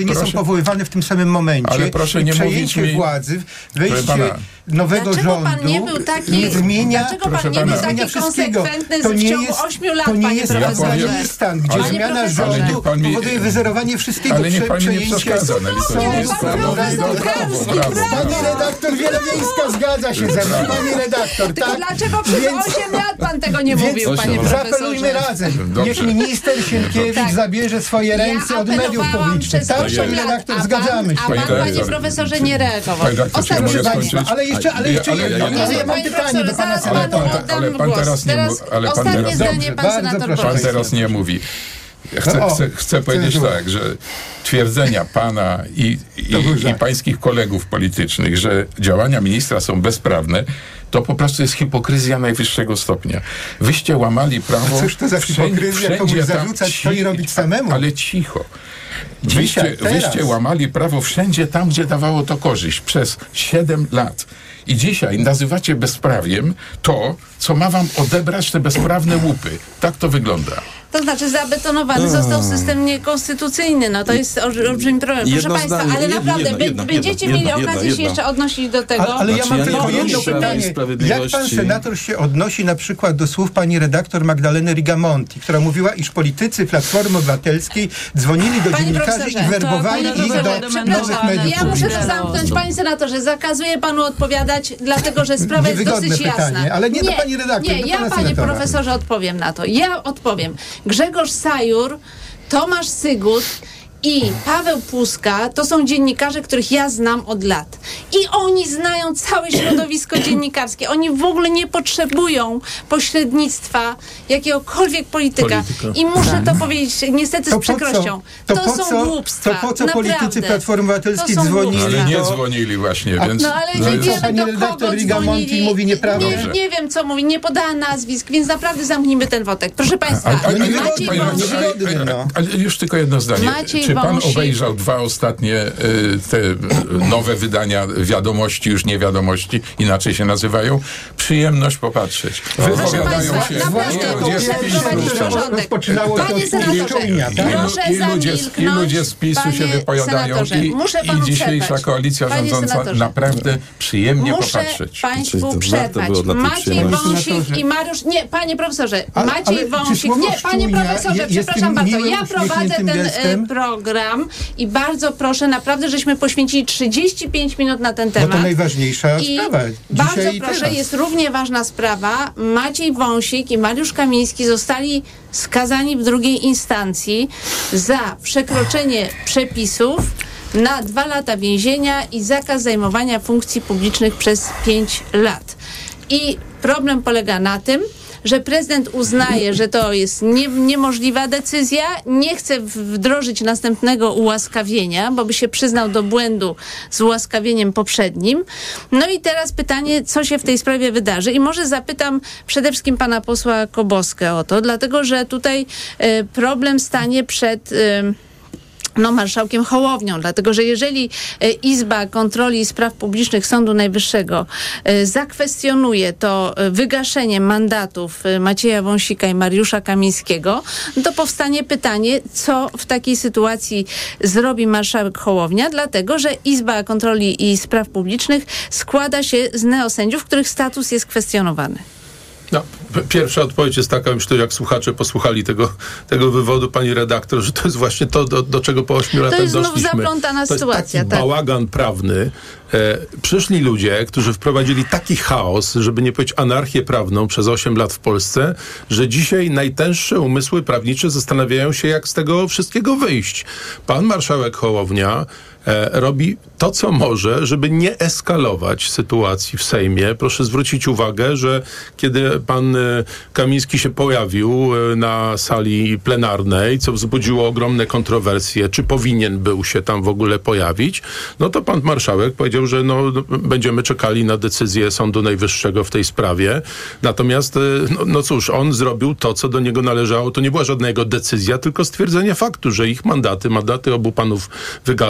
powoływany w tym samym momencie. Ale proszę nie przejęcie mówić mi- władzy, wejście pana, nowego Dlaczego rządu pan nie był taki, nie zmienia, dlaczego pan proszę nie był pana, taki zmienia wszystkiego. konsekwentny To w nie ciągu jest, ośmiu lat, to nie panie jest profesorze? Afganistan, gdzie Ale- zmiana ale rządu niech pan mi- powoduje wyzerowanie wszystkiego. ale niech prze- pan mi nie przejęcie- przeszkadza. No, Nie, to jest pan prawo, profesor brawo, Karski, brawo, brawo. Pani redaktor Wielowiejska zgadza się ze mną. Pani redaktor, Tylko tak? dlaczego przez Więc- osiem lat pan tego nie Więc mówił, panie profesorze? Zapelujmy razem. Dobrze. Niech minister Sienkiewicz Tak. zabierze swoje ręce Ja od mediów apelowałam publicznych. przez Tak, osiem pani lat, redaktor, a pan, zgadzamy się. a pan, Panie panie redaktor, profesorze, nie reagował. Panie redaktor, czy ja Ostatnie mogę zdanie. skończyć? Ale jeszcze, ale jeszcze Ale- jedno. ale- Ja Nie, mam panie pytanie profesorze, do pana zaraz Ale panu pan- oddam ale pan głos. teraz nie Teraz mu- ale pan ostatnie teraz- zdanie, Dobrze, pan bardzo senator proszę. Pan Borys. teraz nie mówi. Chcę, No, o, chcę, chcę powiedzieć cenzura. tak, że twierdzenia pana i, To był i, i żart. pańskich kolegów politycznych, że działania ministra są bezprawne, to po prostu jest hipokryzja najwyższego stopnia. Wyście łamali prawo... A cóż to za hipokryzja, komuś tam- zarzucać to i robić samemu? Ale cicho. Dzisiaj, Wyście, teraz. wyście łamali prawo wszędzie tam, gdzie dawało to korzyść przez siedem lat. I dzisiaj nazywacie bezprawiem to, co ma wam odebrać te bezprawne łupy. Tak to wygląda. To znaczy zabetonowany został system niekonstytucyjny. No to jest olbrzy- olbrzymi problem. Proszę Jedno państwa, zdanie, ale jedno, naprawdę jedno, by, jedno, będziecie jedno, mieli jedno, okazję jedno. się jeszcze odnosić do tego. Ale, ale ja Znaczy, mam ja tylko nie jedno bronię Prawa i pytanie. Jak pan Sprawiedliwości. senator się odnosi na przykład do słów pani redaktor Magdaleny Rigamonti, która mówiła, iż politycy Platformy Obywatelskiej dzwonili do Panie dziennikarzy profesorze, i werbowali to, panie ich do profesorze, nowych przepraszam, mediów Ja muszę to publicznych. zamknąć, panie senatorze. Zakazuję panu odpowiadać, dlatego że sprawa jest Niewygodne dosyć pytanie, jasna. ale nie do pani redaktor, Nie, do ja pana panie senatora. profesorze odpowiem na to. Ja odpowiem. Grzegorz Sajur, Tomasz Sygut i Paweł Puska to są dziennikarze, których ja znam od lat. I oni znają całe środowisko dziennikarskie. Oni w ogóle nie potrzebują pośrednictwa jakiegokolwiek polityka. Polityka. I muszę to powiedzieć niestety To z po co- przykrością. to To, po są co- głupstwa. to po co Naprawdę. politycy Platformy Obywatelskiej To są dzwonili? głupstwa. Ale nie to- dzwonili właśnie, więc... No ale to nie jest- wiemy, pani do redaktor kogo Rigamonti dzwonili. mówi nieprawdę. Nie, nie wiem, co mówi. Nie podała nazwisk, więc naprawdę zamknijmy ten wątek. Proszę państwa, Ale, ale, No ale, nie Maciej panie wygodny, redaktorze, Wąsik, wygodny, ale, no. ale już tylko jedno zdanie. Maciej Czy pan Wąsik- obejrzał dwa ostatnie y, te y, nowe wydania wiadomości, już nie wiadomości, inaczej się nazywają? Przyjemność popatrzeć. Wypowiadają państwa, się naprawdę, ludzie chcę z PiSu. wprowadzić porządek. Rozpoczynało to Panie od senatorze, Szczujnia, tak? proszę I ludzie, z- I ludzie z PiSu panie się wypowiadają senatorze, i, muszę i panu dzisiejsza przerwać. koalicja Panie rządząca senatorze, naprawdę przyjemnie Muszę popatrzeć. Czyli państwu to warto przerwać. było dla tej Maciej przyjemności. Wąsik Senatorze. i Mariusz... Nie, panie profesorze, Ale- Maciej ale czy Wąsik... słowo Nie, panie szczujnia profesorze, je- jest przepraszam tym bardzo. miłym, Ja prowadzę uśmiechniętym ten gestem? e, program i bardzo proszę, naprawdę, żeśmy poświęcili trzydzieści pięć minut na ten No temat. to najważniejsza I sprawa. bardzo Dzisiaj i proszę, teraz. jest równie ważna sprawa. Maciej Wąsik i Mariusz Kamiński zostali skazani w drugiej instancji za przekroczenie przepisów na dwa lata więzienia i zakaz zajmowania funkcji publicznych przez pięć lat. I problem polega na tym, że prezydent uznaje, że to jest nie, niemożliwa decyzja, nie chce wdrożyć następnego ułaskawienia, bo by się przyznał do błędu z ułaskawieniem poprzednim. No i teraz pytanie, co się w tej sprawie wydarzy. I może zapytam przede wszystkim pana posła Koboskę o to, dlatego że tutaj e, problem stanie przed... E, no, marszałkiem Hołownią, dlatego że jeżeli e, Izba Kontroli i Spraw Publicznych Sądu Najwyższego e, zakwestionuje to e, wygaszenie mandatów e, Macieja Wąsika i Mariusza Kamińskiego, to powstanie pytanie, co w takiej sytuacji zrobi marszałek Hołownia, dlatego że Izba Kontroli i Spraw Publicznych składa się z neosędziów, których status jest kwestionowany. No, p- pierwsza odpowiedź jest taka, myślę, jak słuchacze posłuchali tego, tego wywodu, pani redaktor, że to jest właśnie to, do, do czego po ośmiu latach jest znów doszliśmy. zaplątana to jest sytuacja, taki tak. bałagan prawny. E, przyszli ludzie, którzy wprowadzili taki chaos, żeby nie powiedzieć anarchię prawną przez osiem lat w Polsce, że dzisiaj najtęższe umysły prawnicze zastanawiają się, jak z tego wszystkiego wyjść. Pan marszałek Hołownia e, robi to, co może, żeby nie eskalować sytuacji w Sejmie. Proszę zwrócić uwagę, że kiedy pan e, Kamiński się pojawił e, na sali plenarnej, co wzbudziło ogromne kontrowersje, czy powinien był się tam w ogóle pojawić, no to pan marszałek powiedział, że no, będziemy czekali na decyzję Sądu Najwyższego w tej sprawie. Natomiast, e, no, no cóż, on zrobił to, co do niego należało. To nie była żadna jego decyzja, tylko stwierdzenie faktu, że ich mandaty, mandaty obu panów wygasły w momencie,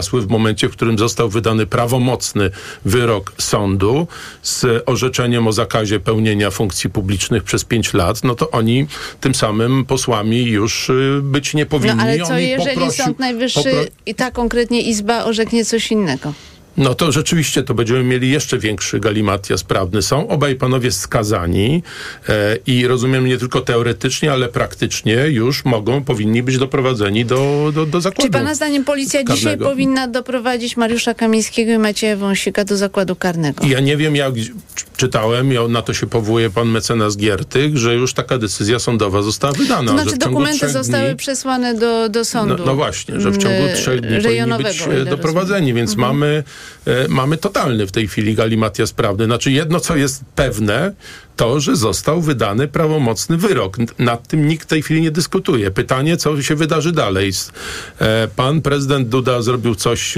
momencie, w którym został wydany prawomocny wyrok sądu z orzeczeniem o zakazie pełnienia funkcji publicznych przez pięć lat, no to oni tym samym posłami już y, być nie powinni. No ale co, oni jeżeli poprosił, Sąd Najwyższy popro... i ta konkretnie Izba orzeknie coś innego? No to rzeczywiście to będziemy mieli jeszcze większy galimatias prawny. Są obaj panowie skazani e, i rozumiem nie tylko teoretycznie, ale praktycznie już mogą, powinni być doprowadzeni do, do, do zakładu. Czy pana zdaniem policja karnego. dzisiaj powinna doprowadzić Mariusza Kamińskiego i Macieja Wąsika do zakładu karnego? Ja nie wiem, jak czytałem, ja, na to się powołuje pan mecenas Giertych, że już taka decyzja sądowa została wydana. To znaczy że w ciągu dokumenty trzech zostały dni, przesłane do, do sądu. No, no właśnie, że w ciągu trzech dni powinni być doprowadzeni, więc mhm. mamy, e, mamy totalny w tej chwili galimatias prawny. Znaczy jedno, co jest pewne, to, że został wydany prawomocny wyrok. Nad tym nikt w tej chwili nie dyskutuje. Pytanie, co się wydarzy dalej. E, pan prezydent Duda zrobił coś e,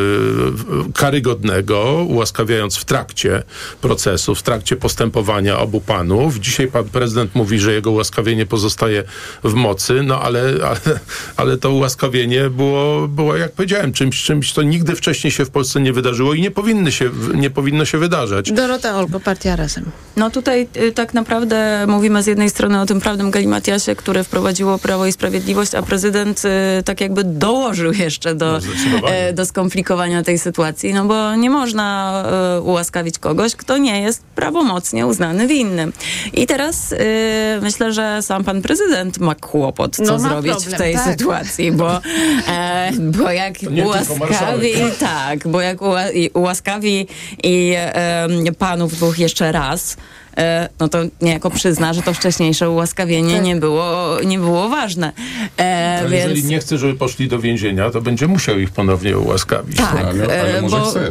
karygodnego, ułaskawiając w trakcie procesu, w trakcie postępowania obu panów. Dzisiaj pan prezydent mówi, że jego ułaskawienie pozostaje w mocy, no ale, ale, ale to ułaskawienie było, było, jak powiedziałem, czymś, czymś, co nigdy wcześniej się w Polsce nie wydarzyło i nie powinny się, nie powinno się wydarzać. Dorota Olgo, Partia Razem. No tutaj y, tak naprawdę mówimy z jednej strony o tym prawnym galimatiasie, które wprowadziło Prawo i Sprawiedliwość, a prezydent y, tak jakby dołożył jeszcze do, no, y, do skomplikowania tej sytuacji, no bo nie można y, ułaskawić kogoś, kto nie jest prawomocnie uznany winnym. I teraz y, myślę, że sam pan prezydent ma kłopot, co no, ma zrobić problem, w tej tak. sytuacji, bo, e, bo jak ułaskawi, tak, bo jak ua, i ułaskawi i e, panów dwóch jeszcze raz, no to niejako przyzna, że to wcześniejsze ułaskawienie tak. nie było, nie było ważne. E, ale więc... jeżeli nie chce, żeby poszli do więzienia, to będzie musiał ich ponownie ułaskawić. Tak, ale, ale może bo... chce.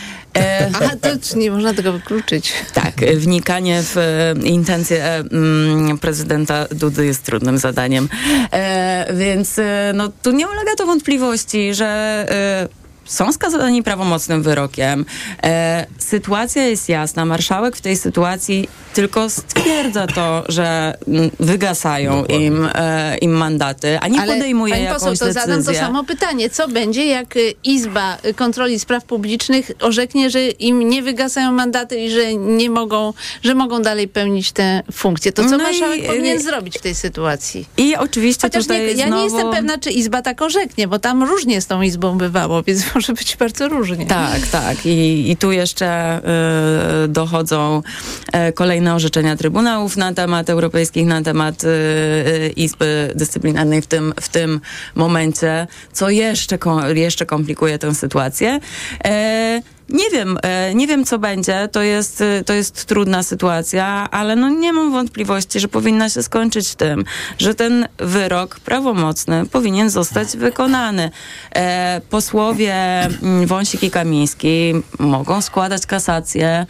E, Aha, to nie można tego wykluczyć. Tak, wnikanie w intencje mm, prezydenta Dudy jest trudnym zadaniem. E, więc no, tu nie ulega to wątpliwości, że e, są skazani prawomocnym wyrokiem. E, sytuacja jest jasna. Marszałek w tej sytuacji tylko stwierdza to, że m, wygasają im, e, im mandaty, a nie Ale podejmuje pani jakąś poseł, to decyzję. zadam to samo pytanie. Co będzie, jak y, Izba Kontroli Spraw Publicznych orzeknie, że im nie wygasają mandaty i że nie mogą, że mogą dalej pełnić te funkcje? To co No marszałek i- powinien zrobić w tej sytuacji? I oczywiście Chociaż tutaj nie, ja znowu... nie jestem pewna, czy Izba tak orzeknie, bo tam różnie z tą Izbą bywało, więc może być bardzo różnie. Tak, tak. I, i tu jeszcze y, dochodzą y, kolejne orzeczenia trybunałów na temat europejskich, na temat y, y, Izby Dyscyplinarnej w tym, w tym momencie, co jeszcze, kom, jeszcze komplikuje tę sytuację. Y, Nie wiem, e, nie wiem co będzie, to jest, e, to jest trudna sytuacja, ale no nie mam wątpliwości, że powinna się skończyć tym, że ten wyrok prawomocny powinien zostać wykonany. E, posłowie mm, Wąsik i Kamiński mogą składać kasację,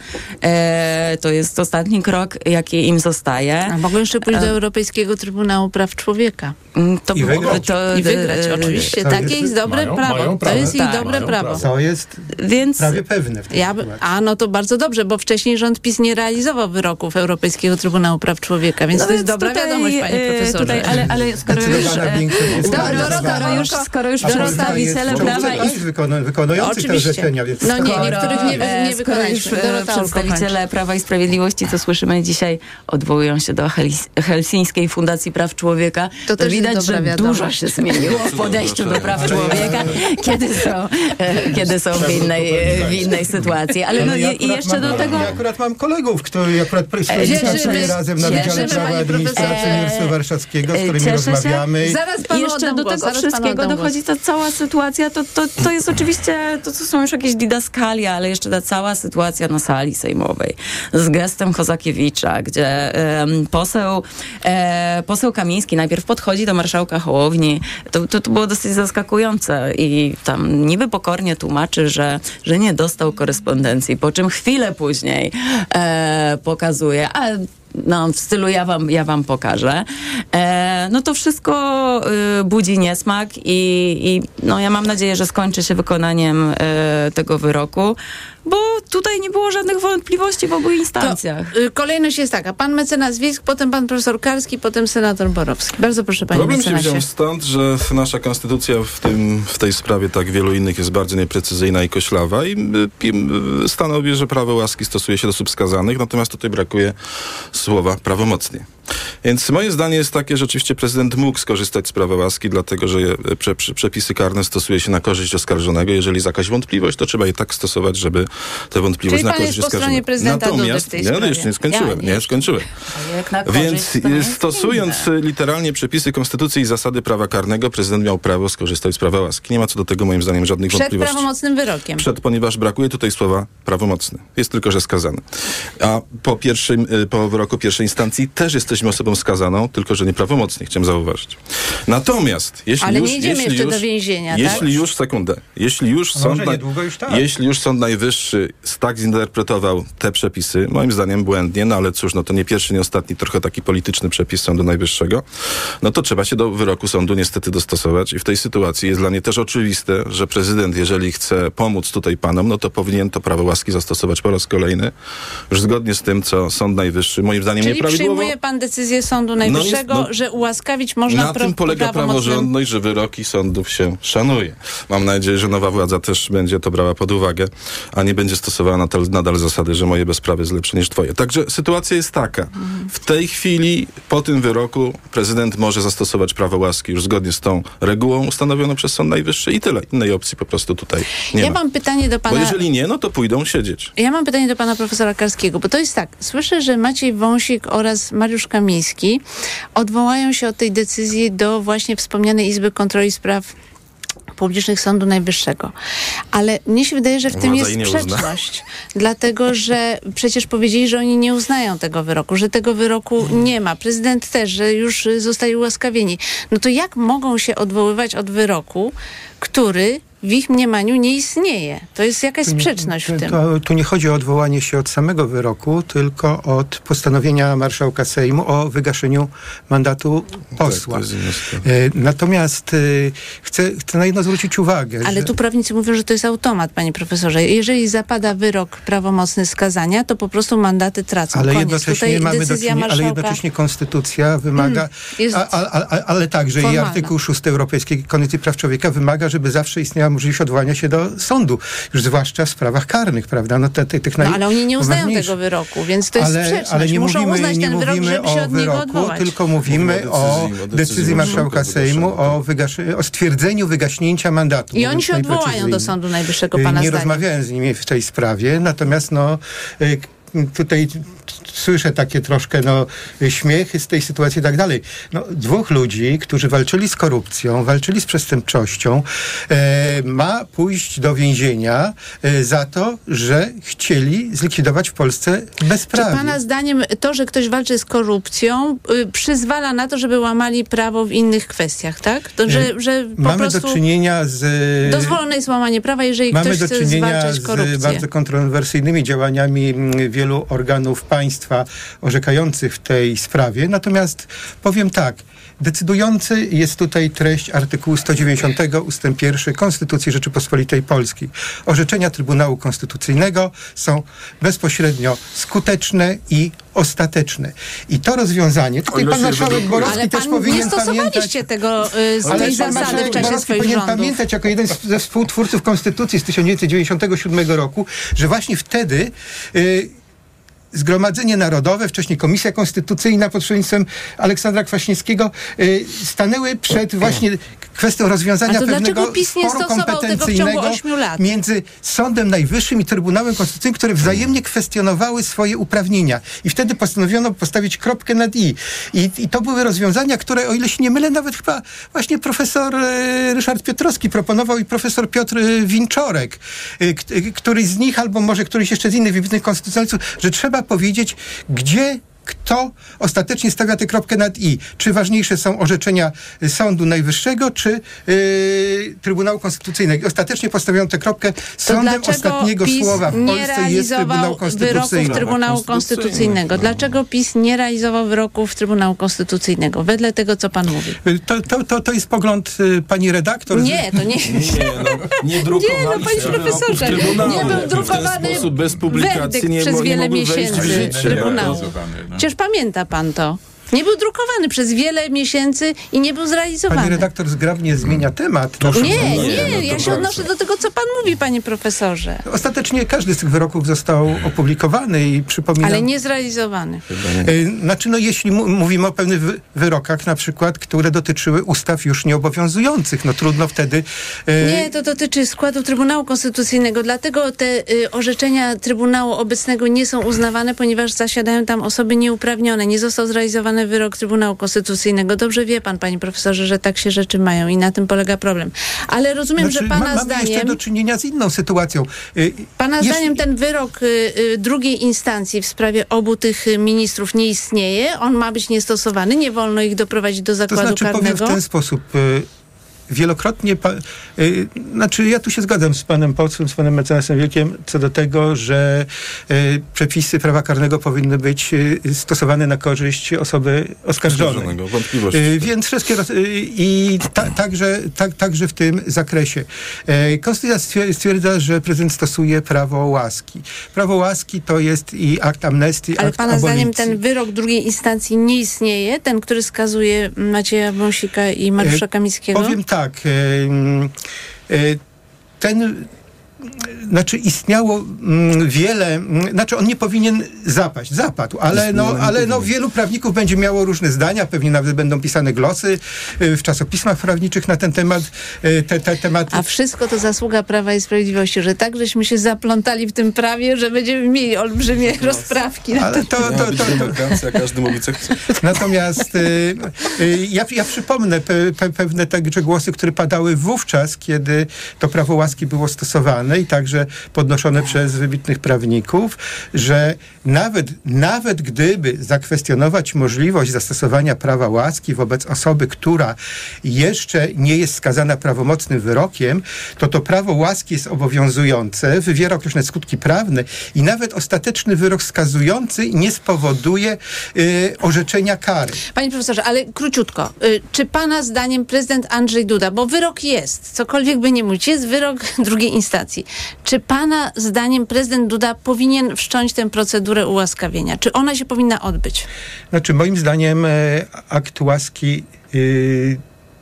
e, to jest ostatni krok, jaki im zostaje. A mogą jeszcze pójść do Europejskiego Trybunału Praw Człowieka. Mm, To I byłoby wygrać. to, I wygrać, e, oczywiście. to Takie jest- jest dobre mają- prawo. mają To prawo. jest ich Tak. dobre Mają prawo. prawo. Co jest Więc prawie pewne w tej Ja, sytuacji. a no to bardzo dobrze, bo wcześniej rząd PiS nie realizował wyroków Europejskiego Trybunału Praw Człowieka, więc No to jest więc dobra tutaj, wiadomość, panie e, profesorze. Tutaj, ale, ale skoro już, Zdecydowana e, większość jest Dobra, bardzo Dorota, zwana. skoro już, skoro już A Polska przedstawiciele jest prawa i państw wykonu- wykonujących te Oczywiście. orzeczenia, więc No nie, skoro- niektórych nie, wy- nie E, skoro już wykonaliśmy. e, Dorota Olko przedstawiciele Prawa i Sprawiedliwości, co słyszymy dzisiaj, odwołują się do Helis- Helsińskiej Fundacji Praw Człowieka, To to, też jest widać, dobra że wiadomość. dużo się zmieniło w podejściu do praw człowieka, kiedy są, e, kiedy są w innej, w innej sytuacji. Ale no ja i, i akurat jeszcze mam, do tego... Ja akurat mam kolegów, którzy akurat Cieszymy- pracują razem na Wydziale cieszymy, Prawa pani Administracji profesor. Uniwersytetu Warszawskiego, z E, którymi cieszę się. rozmawiamy. Zaraz I panu jeszcze oddam do głos, tego zaraz panu wszystkiego oddam dochodzi ta cała sytuacja, to, to, to jest oczywiście, to, to są już jakieś didaskalia, ale jeszcze ta cała sytuacja na sali sejmowej z gestem Kozakiewicza, gdzie em, poseł, e, poseł Kamiński najpierw podchodzi do marszałka Hołowni. To, to, to było dosyć zaskakujące i tam niby pokornie tłumaczy, że, że nie dostał korespondencji, po czym chwilę później e, pokazuje, a no, w stylu ja wam, ja wam pokażę. E, no to wszystko y, budzi niesmak i, i no, ja mam nadzieję, że skończy się wykonaniem e, tego wyroku, bo tutaj nie było żadnych wątpliwości w obu instancjach. To, y, kolejność jest taka. Pan mecenas Wisk, potem pan profesor Karski, potem senator Borowski. Bardzo proszę, panie Problem mecenasie. się wziął stąd, że nasza konstytucja w, tym, w tej sprawie, tak wielu innych, jest bardzo nieprecyzyjna i koślawa i y, y, stanowi, że prawo łaski stosuje się do osób skazanych, natomiast tutaj brakuje słowa prawomocnie. Więc moje zdanie jest takie, że oczywiście prezydent mógł skorzystać z prawa łaski, dlatego że prze, prze, przepisy karne stosuje się na korzyść oskarżonego. Jeżeli jest jakaś wątpliwość, to trzeba je tak stosować, żeby tę wątpliwość Czyli na pan korzyść jest po stronie oskarżonego. prezydenta Dudy w tej nie, sprawie. jeszcze nie skończyłem, Ja, nie, skończyłem. Jak na korzyść, Więc to jest stosując inne. literalnie przepisy konstytucji i zasady prawa karnego, prezydent miał prawo skorzystać z prawa łaski. Nie ma co do tego moim zdaniem żadnych Przed wątpliwości. prawomocnym wyrokiem. Przed, ponieważ brakuje tutaj słowa prawomocny. Jest tylko, że skazany. A po, pierwszym, po wyroku pierwszej instancji też jesteśmy osobą skazaną, tylko, że nieprawomocnie, chciałem zauważyć. Natomiast, jeśli Ale już... nie idziemy jeśli jeszcze już, do więzienia, Jeśli tak? już, sekundę, jeśli już, A sąd, może naj- niedługo już tak. jeśli już Sąd Najwyższy tak zinterpretował te przepisy, moim zdaniem błędnie, no ale cóż, no to nie pierwszy, nie ostatni, trochę taki polityczny przepis Sądu Najwyższego, no to trzeba się do wyroku sądu niestety dostosować i w tej sytuacji jest dla mnie też oczywiste, że prezydent, jeżeli chce pomóc tutaj panom, no to powinien to prawo łaski zastosować po raz kolejny, już zgodnie z tym, co Sąd Najwyższy, moim zdaniem Czyli nieprawidłowo... przyjmuje pan decyzję Sądu Najwyższego, no, że ułaskawić można Na pro, tym polega prawomocnym... praworządność, że wyroki sądów się szanuje. Mam nadzieję, że nowa władza też będzie to brała pod uwagę, a nie będzie stosowała nadal, nadal zasady, że moje bezprawie jest lepsze niż twoje. Także sytuacja jest taka. W tej chwili, po tym wyroku, prezydent może zastosować prawo łaski już zgodnie z tą regułą ustanowioną przez Sąd Najwyższy i tyle. Innej opcji po prostu tutaj nie Ja ma. mam pytanie do pana... Bo jeżeli nie, no to pójdą siedzieć. Ja mam pytanie do pana profesora Karskiego, bo to jest tak, słyszę, że Maciej Wąsik oraz Mariusz Kamiński odwołają się od tej decyzji do właśnie wspomnianej Izby Kontroli Spraw Publicznych Sądu Najwyższego. Ale mnie się wydaje, że w tym Władza jest i nie uzna. sprzeczność. Dlatego, że przecież powiedzieli, że oni nie uznają tego wyroku, że tego wyroku nie ma. Prezydent też, że już zostali ułaskawieni. No to jak mogą się odwoływać od wyroku, który w ich mniemaniu nie istnieje? To jest jakaś sprzeczność w tym. To, tu nie chodzi o odwołanie się od samego wyroku, tylko od postanowienia marszałka Sejmu o wygaszeniu mandatu posła. Tak, to jest inna sprawa. E, Natomiast e, chcę, chcę na jedno zwrócić uwagę. Ale że... tu prawnicy mówią, że to jest automat, panie profesorze. Jeżeli zapada wyrok prawomocny skazania, to po prostu mandaty tracą. Ale Koniec. jednocześnie Tutaj mamy do decyzja czynienia, ale marszałka... jednocześnie konstytucja wymaga, Mm, jest a, a, a, ale także formalna. i artykuł szósty Europejskiej Konwencji Praw Człowieka wymaga, żeby zawsze istniała możliwość odwołania się do sądu, już zwłaszcza w sprawach karnych, prawda? No, te, te, tych No, naj... ale oni nie uznają najważniejszych. tego wyroku, więc to jest ale, sprzeczność. ale nie Muszą mówimy, uznać nie ten wyrok, mówimy żeby się o od niego wyroku, odwołać. tylko mówimy Mówimy o o decyzji- o decyzji decyzji marszałka marszałka Sejmu wygaszenia. o, wygaszy, o stwierdzeniu wygaśnięcia mandatu. I oni mówiąc się odwołają do najprecyzyjniej. Sądu Najwyższego, Y, pana Nie zdaniem. rozmawiałem z nimi w tej sprawie, natomiast no y, tutaj t- słyszę takie troszkę no, śmiechy z tej sytuacji i tak dalej. No, dwóch ludzi, którzy walczyli z korupcją, walczyli z przestępczością, e, ma pójść do więzienia e, za to, że chcieli zlikwidować w Polsce bezprawie. Czy pana zdaniem to, że ktoś walczy z korupcją, y, przyzwala na to, żeby łamali prawo w innych kwestiach, tak? To, że, że po Mamy prostu do czynienia z... dozwolone jest łamanie prawa, jeżeli Mamy ktoś do chce czynienia zwalczać z korupcję. bardzo kontrowersyjnymi działaniami mm, wielu organów państwa orzekających w tej sprawie. Natomiast powiem tak, decydujący jest tutaj treść artykułu sto dziewięćdziesiątego ustęp pierwszy Konstytucji Rzeczypospolitej Polskiej. Orzeczenia Trybunału Konstytucyjnego są bezpośrednio skuteczne i ostateczne. I to rozwiązanie, tutaj ile pan się marszałek według- Borowski Ale też pan powinien nie pamiętać... stosowaliście tego, y, z Ale tej pan zasady marszałek w czasie Borowski swoich powinien rządów. pamiętać jako jeden z, ze współtwórców Konstytucji z tysiąc dziewięćset dziewięćdziesiątego siódmego roku, że właśnie wtedy y, Zgromadzenie Narodowe, wcześniej Komisja Konstytucyjna pod przewodnictwem Aleksandra Kwaśniewskiego y, stanęły przed właśnie kwestią rozwiązania A to pewnego dlaczego PiS nie sporu stosował tego w ciągu kompetencyjnego ośmiu lat? między Sądem Najwyższym i Trybunałem Konstytucyjnym, które wzajemnie kwestionowały swoje uprawnienia. I wtedy postanowiono postawić kropkę nad i. I, i to były rozwiązania, które, o ile się nie mylę, nawet chyba właśnie profesor y, Ryszard Piotrowski proponował i profesor Piotr y, Winczorek, y, k- któryś z nich, albo może któryś jeszcze z innych wybitnych konstytucjonalistów, że trzeba powiedzieć, gdzie kto ostatecznie stawia tę kropkę nad i. Czy ważniejsze są orzeczenia Sądu Najwyższego, czy yy, Trybunału Konstytucyjnego. Ostatecznie postawią tę kropkę. Sądem ostatniego PiS słowa w nie Polsce jest Trybunał Konstytucyjny. wyroków Trybunału Konstytucyjnego. Dlaczego PiS nie realizował wyroków Trybunału Konstytucyjnego? Wedle tego, co pan mówi. To, to, to, to jest pogląd y, pani redaktor. Nie, to nie. Nie, no, nie drukowali Nie, no panie profesorze, nie był drukowany bez publikacji werdykt nie, przez mo- nie wiele mogły wejść w miesięcy życie. Trybunału. Przecież pamięta pan to. Nie był drukowany przez wiele miesięcy i nie był zrealizowany. Pani redaktor zgrabnie zmienia temat. Nie, nie, nie, no to ja się bardzo. odnoszę do tego, co pan mówi, panie profesorze. Ostatecznie każdy z tych wyroków został opublikowany i przypominam... Ale nie zrealizowany. Y, Znaczy, no jeśli mu- mówimy o pewnych wy- wyrokach, na przykład, które dotyczyły ustaw już nieobowiązujących, no trudno wtedy... y, Nie, to dotyczy składu Trybunału Konstytucyjnego. Dlatego te y, orzeczenia Trybunału obecnego nie są uznawane, ponieważ zasiadają tam osoby nieuprawnione. Nie został zrealizowany wyrok Trybunału Konstytucyjnego. Dobrze wie pan, panie profesorze, że tak się rzeczy mają i na tym polega problem. Ale rozumiem, znaczy, że pana ma, mamy jeszcze zdaniem... do czynienia z inną sytuacją. Y, Pana jeśli- zdaniem ten wyrok y, y, drugiej instancji w sprawie obu tych y, ministrów nie istnieje? On ma być niestosowany? Nie wolno ich doprowadzić do To zakładu znaczy, powiem karnego? w ten sposób. y, Wielokrotnie, pa, y, znaczy ja tu się zgadzam z panem posłem, z panem mecenasem Wilkiem co do tego, że y, przepisy prawa karnego powinny być y, stosowane na korzyść osoby oskarżonej. Oskarżonego, wątpliwości. Y, więc wszystkie roz- y, i ta, także, tak, także w tym zakresie. Y, Konstytucja stwier- stwierdza, że prezydent stosuje prawo łaski. Prawo łaski to jest i akt amnestii, Ale akt pana zdaniem abolicji. ten wyrok drugiej instancji nie istnieje? Ten, który skazuje Macieja Wąsika i Mariusza E, Kamińskiego? Powiem tak. e, e, Ten, znaczy istniało mm, wiele, mm, znaczy on nie powinien zapaść, zapadł, ale, no, ale no, wielu prawników będzie miało różne zdania, pewnie nawet będą pisane glosy e, w czasopismach prawniczych na ten temat. e, Te, te tematy. A wszystko to zasługa Prawa i Sprawiedliwości, że tak żeśmy się zaplątali w tym prawie, że będziemy mieli olbrzymie rozprawki. Na Ale to, to, Miała to, być to, demokracja, każdy mówi co chce. Natomiast y, y, ja, ja przypomnę pe, pe, pewne także głosy, które padały wówczas, kiedy to prawo łaski było stosowane i także podnoszone przez wybitnych prawników, że nawet, nawet gdyby zakwestionować możliwość zastosowania prawa łaski wobec osoby, która jeszcze nie jest skazana prawomocnym wyrokiem, to to prawo łaski jest obowiązujące, wywiera określone skutki prawne i nawet ostateczny wyrok skazujący nie spowoduje y, orzeczenia kary. Panie profesorze, ale króciutko. Y, Czy pana zdaniem prezydent Andrzej Duda, bo wyrok jest, cokolwiek by nie mówić, jest wyrok drugiej instancji. Czy pana zdaniem prezydent Duda powinien wszcząć tę procedurę ułaskawienia? Czy ona się powinna odbyć? Znaczy, moim zdaniem e, akt łaski y,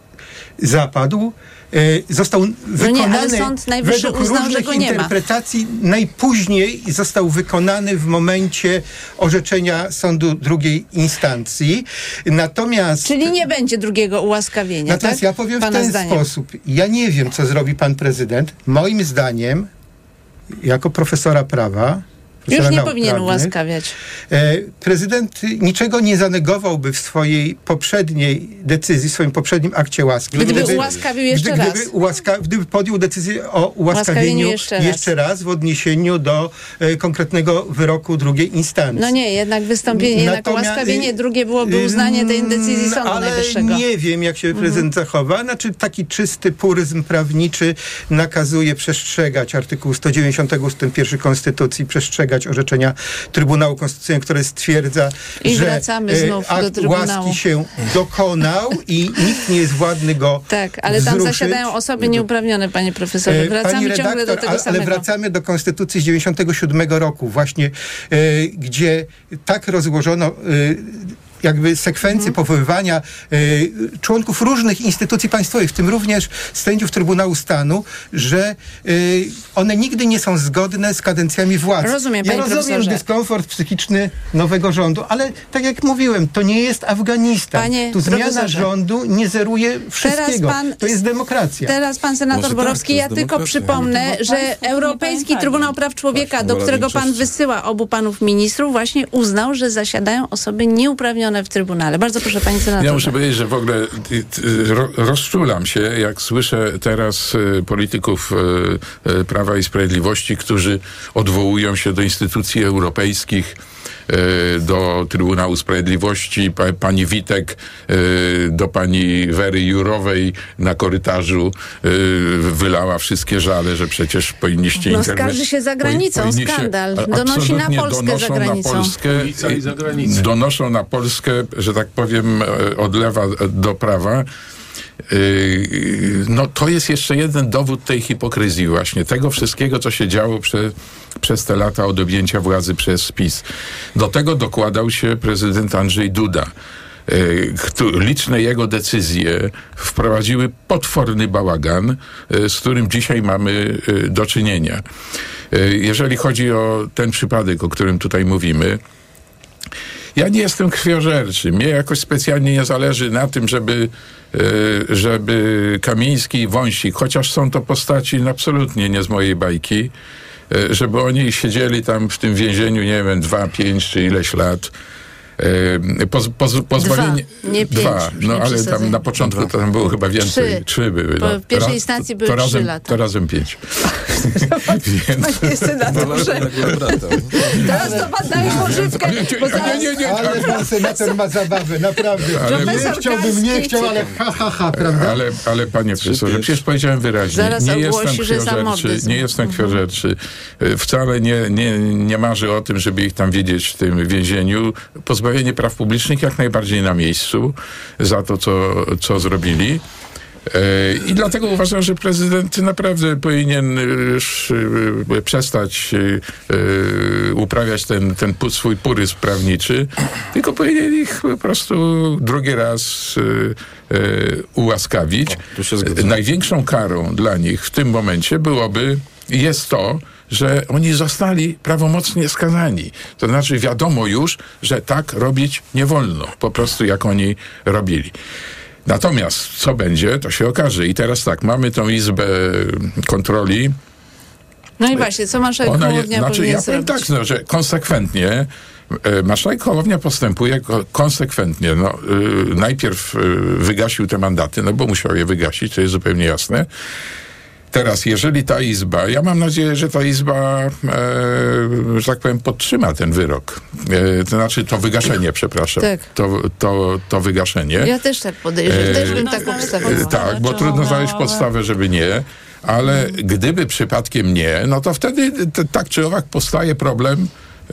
zapadł. e, Został wykonany ale Sąd Najwyższy według uznał, że różnych go nie ma. interpretacji. Najpóźniej został wykonany w momencie orzeczenia sądu drugiej instancji. Natomiast Czyli nie będzie drugiego ułaskawienia, Natomiast tak? ja powiem Pana w ten zdaniem. sposób. Ja nie wiem, co zrobi pan prezydent. Moim zdaniem, jako profesora prawa, Już profesora nie nauk powinien prawnych, ułaskawiać. e, prezydent niczego nie zanegowałby w swojej poprzedniej decyzji, w swoim poprzednim akcie łaski. Gdyby ułaskawił jeszcze gdy, raz. Gdyby, ułaska, gdyby podjął decyzję o ułaskawieniu Ułaskawieniu jeszcze raz. jeszcze raz w odniesieniu do e, konkretnego wyroku drugiej instancji. No nie, jednak wystąpienie, jednak Natomiast, ułaskawienie, y, drugie byłoby uznanie tej decyzji Sądu ale Najwyższego. nie wiem, jak się prezydent zachowa. Znaczy, taki czysty puryzm prawniczy nakazuje przestrzegać artykułu sto dziewięćdziesiątego ustęp pierwszy Konstytucji, przestrzegać orzeczenia Trybunału Konstytucyjnego, które stwierdza, I że wracamy e, znów do akt Trybunału. łaski się dokonał i nikt nie jest władny go Tak, ale tam wzruszyć. zasiadają osoby nieuprawnione, panie profesorze. E, Wracamy Pani ciągle do redaktor, tego ale, ale samego. wracamy do Konstytucji z dziewięćdziesiątego siódmego roku, właśnie e, gdzie tak rozłożono e, jakby sekwencję powoływania e, członków różnych instytucji państwowych, w tym również sędziów Trybunału Stanu, że e, one nigdy nie są zgodne z kadencjami władz. Rozumiem, ja panie rozumiem profesorze. dyskomfort psychiczny nowego rządu, ale tak jak mówiłem, to nie jest Afganistan. Panie tu zmiana profesorze. rządu nie zeruje wszystkiego. pan- to jest demokracja. Teraz pan senator Może tak, Borowski, to ja jest tylko demokracja. przypomnę, Ale to że państwo nie Europejski pamiętali. Trybunał Praw Człowieka, Właśnie, do wola którego pan większości. wysyła obu panów ministrów, właśnie uznał, że zasiadają osoby nieuprawnione w Trybunale. Bardzo proszę, pani senator. Ja muszę powiedzieć, że w ogóle y, y, ro, rozczulam się, jak słyszę teraz y, polityków y, y, Prawa i Sprawiedliwości, którzy odwołują się do instytucji europejskich do Trybunału Sprawiedliwości, pa, pani Witek do pani Wery Jurowej na korytarzu wylała wszystkie żale, że przecież powinniście no, interweniować. skarży się za granicą, skandal. Donosi na Polskę za granicą. Na Polskę, i za granicą. Donoszą na Polskę, że tak powiem, od lewa do prawa. No to jest jeszcze jeden dowód tej hipokryzji właśnie, tego wszystkiego, co się działo prze, przez te lata od objęcia władzy przez PiS. Do tego dokładał się prezydent Andrzej Duda. Liczne jego decyzje wprowadziły potworny bałagan, z którym dzisiaj mamy do czynienia. Jeżeli chodzi o ten przypadek, o którym tutaj mówimy, ja nie jestem krwiożerczy. Mnie jakoś specjalnie nie zależy na tym, żeby, żeby Kamiński i Wąsik, chociaż są to postaci absolutnie nie z mojej bajki, żeby oni siedzieli tam w tym więzieniu, nie wiem, dwa, pięć czy ileś lat. Poz, poz, pozwolenie. Dwa, nie pięć. Dwa, no ale przesadzaj. Tam na początku to tam było chyba więcej. Trzy. Trzy były. Po No. w pierwszej Raz, instancji to, były to trzy razem, lata. To razem pięć. Więc... Panie senatorze, teraz to pan daje pożywkę, bo zaraz... Nie, nie, nie, Ale pan senator ma zabawę, naprawdę. Ale- nie chciałbym, nie chciał, ale ha, ha, ha, prawda? Ale, ale panie profesorze, przecież powiedziałem wyraźnie, Zaraz nie ogłosi, jestem że za krwiożerczy, mordyzm. nie jestem krwiożerczy. Wcale nie, nie, nie marzę o tym, żeby ich tam widzieć w tym więzieniu. Pozbawienie praw publicznych jak najbardziej na miejscu za to, co, co zrobili. I dlatego uważam, że prezydent naprawdę powinien już przestać uprawiać ten, ten swój puryzm prawniczy, tylko powinien ich po prostu drugi raz ułaskawić. O, tu się zgadzam. Największą karą dla nich w tym momencie byłoby, jest to, że oni zostali prawomocnie skazani. To znaczy wiadomo już, że tak robić nie wolno. Po prostu jak oni robili. Natomiast co będzie, to się okaże. I teraz tak, mamy tą Izbę Kontroli. No i właśnie, co marszałek Ona je, Hołownia znaczy, powinien ja powiem zrobić? tak, no, że konsekwentnie e, marszałek Hołownia postępuje ko- konsekwentnie. No, y, najpierw y, wygasił te mandaty, no bo musiał je wygasić, to jest zupełnie jasne. Teraz, jeżeli ta Izba, ja mam nadzieję, że ta Izba, e, że tak powiem, podtrzyma ten wyrok. E, to znaczy to wygaszenie, przepraszam. Tak. To, to, to wygaszenie. Ja też tak podejrzewam, E, też bym tak e, obstawiała. E, tak, bo trudno znaleźć podstawę, żeby nie. Ale gdyby przypadkiem nie, no to wtedy t- tak czy owak powstaje problem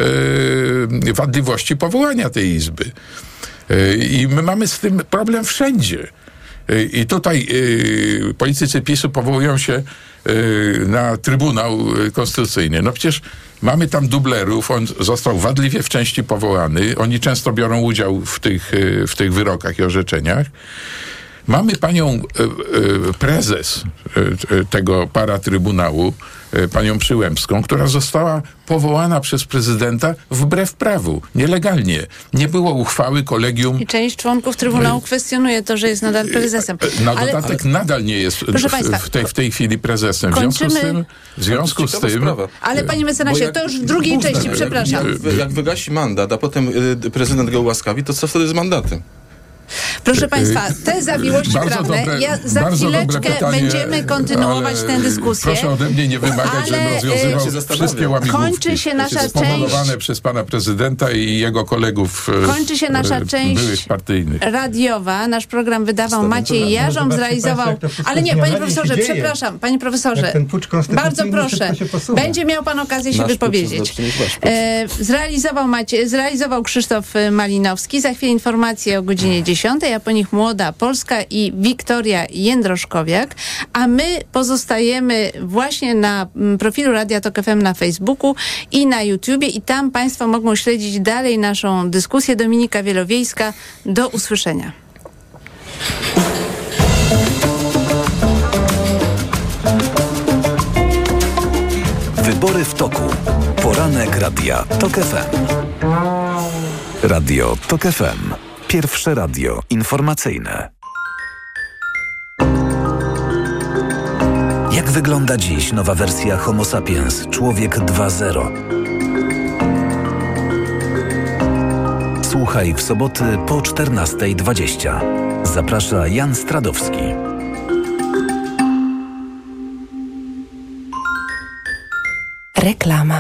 e, wadliwości powołania tej Izby. E, I my mamy z tym problem wszędzie. I tutaj y, politycy PiSu powołują się y, na Trybunał Konstytucyjny. No przecież mamy tam dublerów, on został wadliwie w części powołany, oni często biorą udział w tych, y, w tych wyrokach i orzeczeniach. Mamy panią y, y, prezes y, y, tego paratrybunału, y, panią Przyłębską, która została powołana przez prezydenta wbrew prawu, nielegalnie. Nie było uchwały kolegium. I część członków Trybunału kwestionuje to, że jest nadal prezesem. Na Ale dodatek nadal nie jest Proszę w, państwa, w, tej, w tej chwili prezesem. W związku z kończymy- tym, w związku z Ciekawa tym sprawa. Ale panie mecenasie, to już w drugiej Mówmy, części, jak- przepraszam. Jak, wy- jak wygasi mandat, a potem y, prezydent go ułaskawi, to co wtedy z mandatem? Proszę państwa, te zawiłości Bardzo prawne, dobre- ja za bardzo dobre chwileczkę pytanie, będziemy kontynuować ale tę dyskusję. Proszę ode mnie nie wymagać, Ale, żebym y, rozwiązywał Ja się zastanawiam. wszystkie łamigłówki. Kończy się nasza spowodowane część- przez pana prezydenta i jego kolegów e, Kończy się nasza e, część byłych partyjnych. radiowa. Nasz program wydawał Maciej Jarząb, Zobaczcie zrealizował... państwo, jak to wszystko Ale nie, panie zmianami profesorze, się dzieje. przepraszam, panie profesorze, Jak ten pucz konstytucyjny bardzo proszę, szybko się posuwa. będzie miał pan okazję się Nasz pucz wypowiedzieć. jest lepszy niż wasz pucz. E, zrealizował, Macie, zrealizował Krzysztof Malinowski. Za chwilę informacje o godzinie dziesiątej, a po nich Młoda Polska i Wiktoria Jędroszkowiak. A my pozostajemy właśnie na mm, profilu Radia Tok F M na Facebooku i na YouTubie i tam państwo mogą śledzić dalej naszą dyskusję. Dominika Wielowiejska. Do usłyszenia. Wybory w toku. Poranek Radia Tok F M. Radio Tok F M. Pierwsze radio informacyjne. Jak wygląda dziś nowa wersja Homo sapiens, człowiek dwa zero? Słuchaj w soboty po czternasta dwadzieścia. Zaprasza Jan Stradowski. Reklama.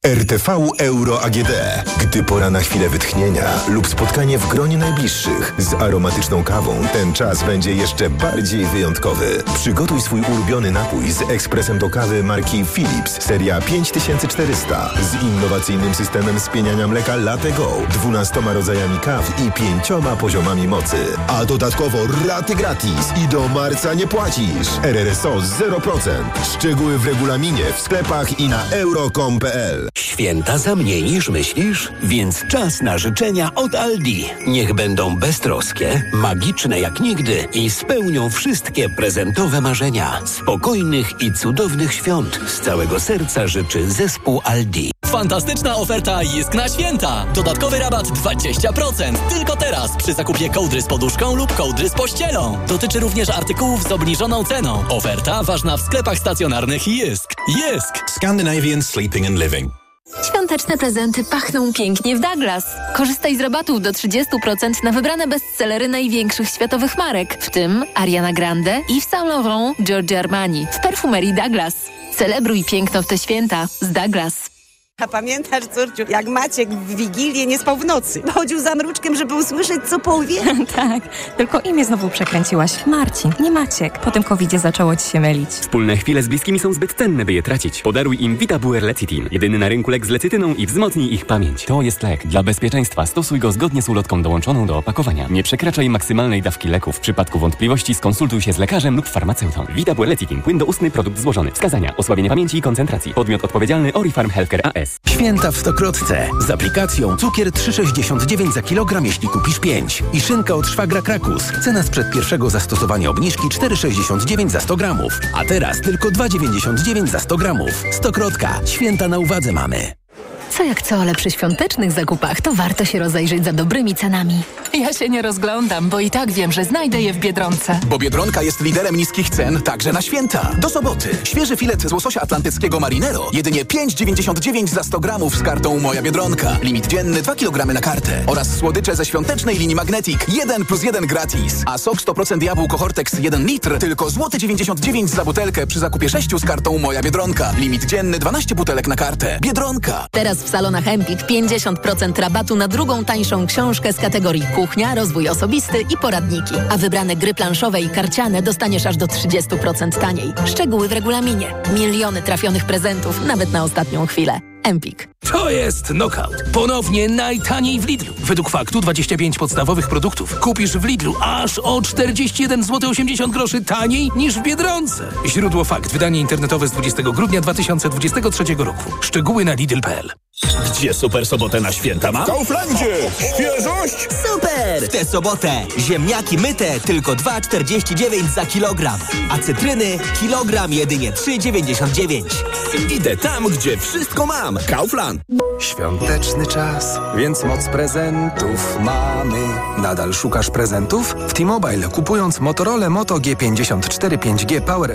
R T V Euro A G D. Gdy pora na chwilę wytchnienia lub spotkanie w gronie najbliższych z aromatyczną kawą, ten czas będzie jeszcze bardziej wyjątkowy. Przygotuj swój ulubiony napój z ekspresem do kawy marki Philips, seria pięć tysięcy czterysta z innowacyjnym systemem spieniania mleka Latte Go, dwunastoma rodzajami kaw i pięcioma poziomami mocy. A dodatkowo raty gratis i do marca nie płacisz. R R S O zero procent. Szczegóły w regulaminie, w sklepach i na euro kropka com kropka p l. Święta za mniej niż myślisz? Więc czas na życzenia od Aldi. Niech będą beztroskie, magiczne jak nigdy i spełnią wszystkie prezentowe marzenia. Spokojnych i cudownych świąt z całego serca życzy zespół Aldi. Fantastyczna oferta Jysk na święta. Dodatkowy rabat dwadzieścia procent. Tylko teraz przy zakupie kołdry z poduszką lub kołdry z pościelą. Dotyczy również artykułów z obniżoną ceną. Oferta ważna w sklepach stacjonarnych Jysk. Jysk. Scandinavian Sleeping and Living. Świąteczne prezenty pachną pięknie w Douglas. Korzystaj z rabatów do trzydzieści procent na wybrane bestsellery największych światowych marek, w tym Ariana Grande, Yves Saint Laurent, Giorgio Armani. W perfumerii Douglas. Celebruj piękno w te święta z Douglas. A pamiętasz, córciu, jak Maciek w Wigilię nie spał w nocy? Chodził za mruczkiem, żeby usłyszeć, co powie. Tak, tylko imię znowu przekręciłaś. Marcin, nie Maciek. Po tym kowidzie zaczęło ci się mylić. Wspólne chwile z bliskimi są zbyt cenne, by je tracić. Podaruj im Vitabuer Lecitin. Jedyny na rynku lek z lecytyną i wzmocnij ich pamięć. To jest lek. Dla bezpieczeństwa stosuj go zgodnie z ulotką dołączoną do opakowania. Nie przekraczaj maksymalnej dawki leku. W przypadku wątpliwości skonsultuj się z lekarzem lub farmaceutą. Vitabuer Lecitin. Płyn doustny, produkt złożony. Wskazania: osłabienie pamięci i koncentracji. Podmiot odpowiedzialny Orifarm Healthcare A S. Święta w Stokrotce. Z aplikacją cukier trzy sześćdziesiąt dziewięć za kilogram, jeśli kupisz pięć. I szynka od szwagra Krakus. Cena sprzed pierwszego zastosowania obniżki cztery sześćdziesiąt dziewięć za sto gramów. A teraz tylko dwa dziewięćdziesiąt dziewięć za sto gramów. Stokrotka. Święta na uwadze mamy. Co jak co, ale przy świątecznych zakupach to warto się rozejrzeć za dobrymi cenami. Ja się nie rozglądam, bo i tak wiem, że znajdę je w Biedronce. Bo Biedronka jest liderem niskich cen także na święta. Do soboty. Świeży filet z łososia atlantyckiego Marinero. Jedynie pięć dziewięćdziesiąt dziewięć za sto gramów z kartą Moja Biedronka. Limit dzienny dwa kilogramy na kartę. Oraz słodycze ze świątecznej linii Magnetic. jeden plus jeden gratis. A sok sto procent jabłko Hortex jeden litr. Tylko złoty dziewięćdziesiąt dziewięć za butelkę przy zakupie sześciu z kartą Moja Biedronka. Limit dzienny dwanaście butelek na kartę. Biedronka. Teraz w salonach Empik pięćdziesiąt procent rabatu na drugą tańszą książkę z kategorii kuchnia, rozwój osobisty i poradniki. A wybrane gry planszowe i karciane dostaniesz aż do trzydzieści procent taniej. Szczegóły w regulaminie. Miliony trafionych prezentów, nawet na ostatnią chwilę. Empik. To jest Knockout. Ponownie najtaniej w Lidlu. Według faktu dwadzieścia pięć podstawowych produktów kupisz w Lidlu aż o czterdzieści jeden złotych osiemdziesiąt groszy taniej niż w Biedronce. Źródło Fakt. Wydanie internetowe z dwudziestego grudnia dwa tysiące dwudziestego trzeciego roku. Szczegóły na lidl kropka p l. Gdzie super sobotę na święta mam? W Kauflandzie! Świeżość! Super! W tę sobotę ziemniaki myte tylko dwa czterdzieści dziewięć za kilogram, a cytryny kilogram jedynie trzy dziewięćdziesiąt dziewięć. Idę tam, gdzie wszystko mam. Kaufland. Świąteczny czas, więc moc prezentów mamy. Nadal szukasz prezentów? W T-Mobile, kupując Motorola Moto G pięćdziesiąt cztery pięć G Power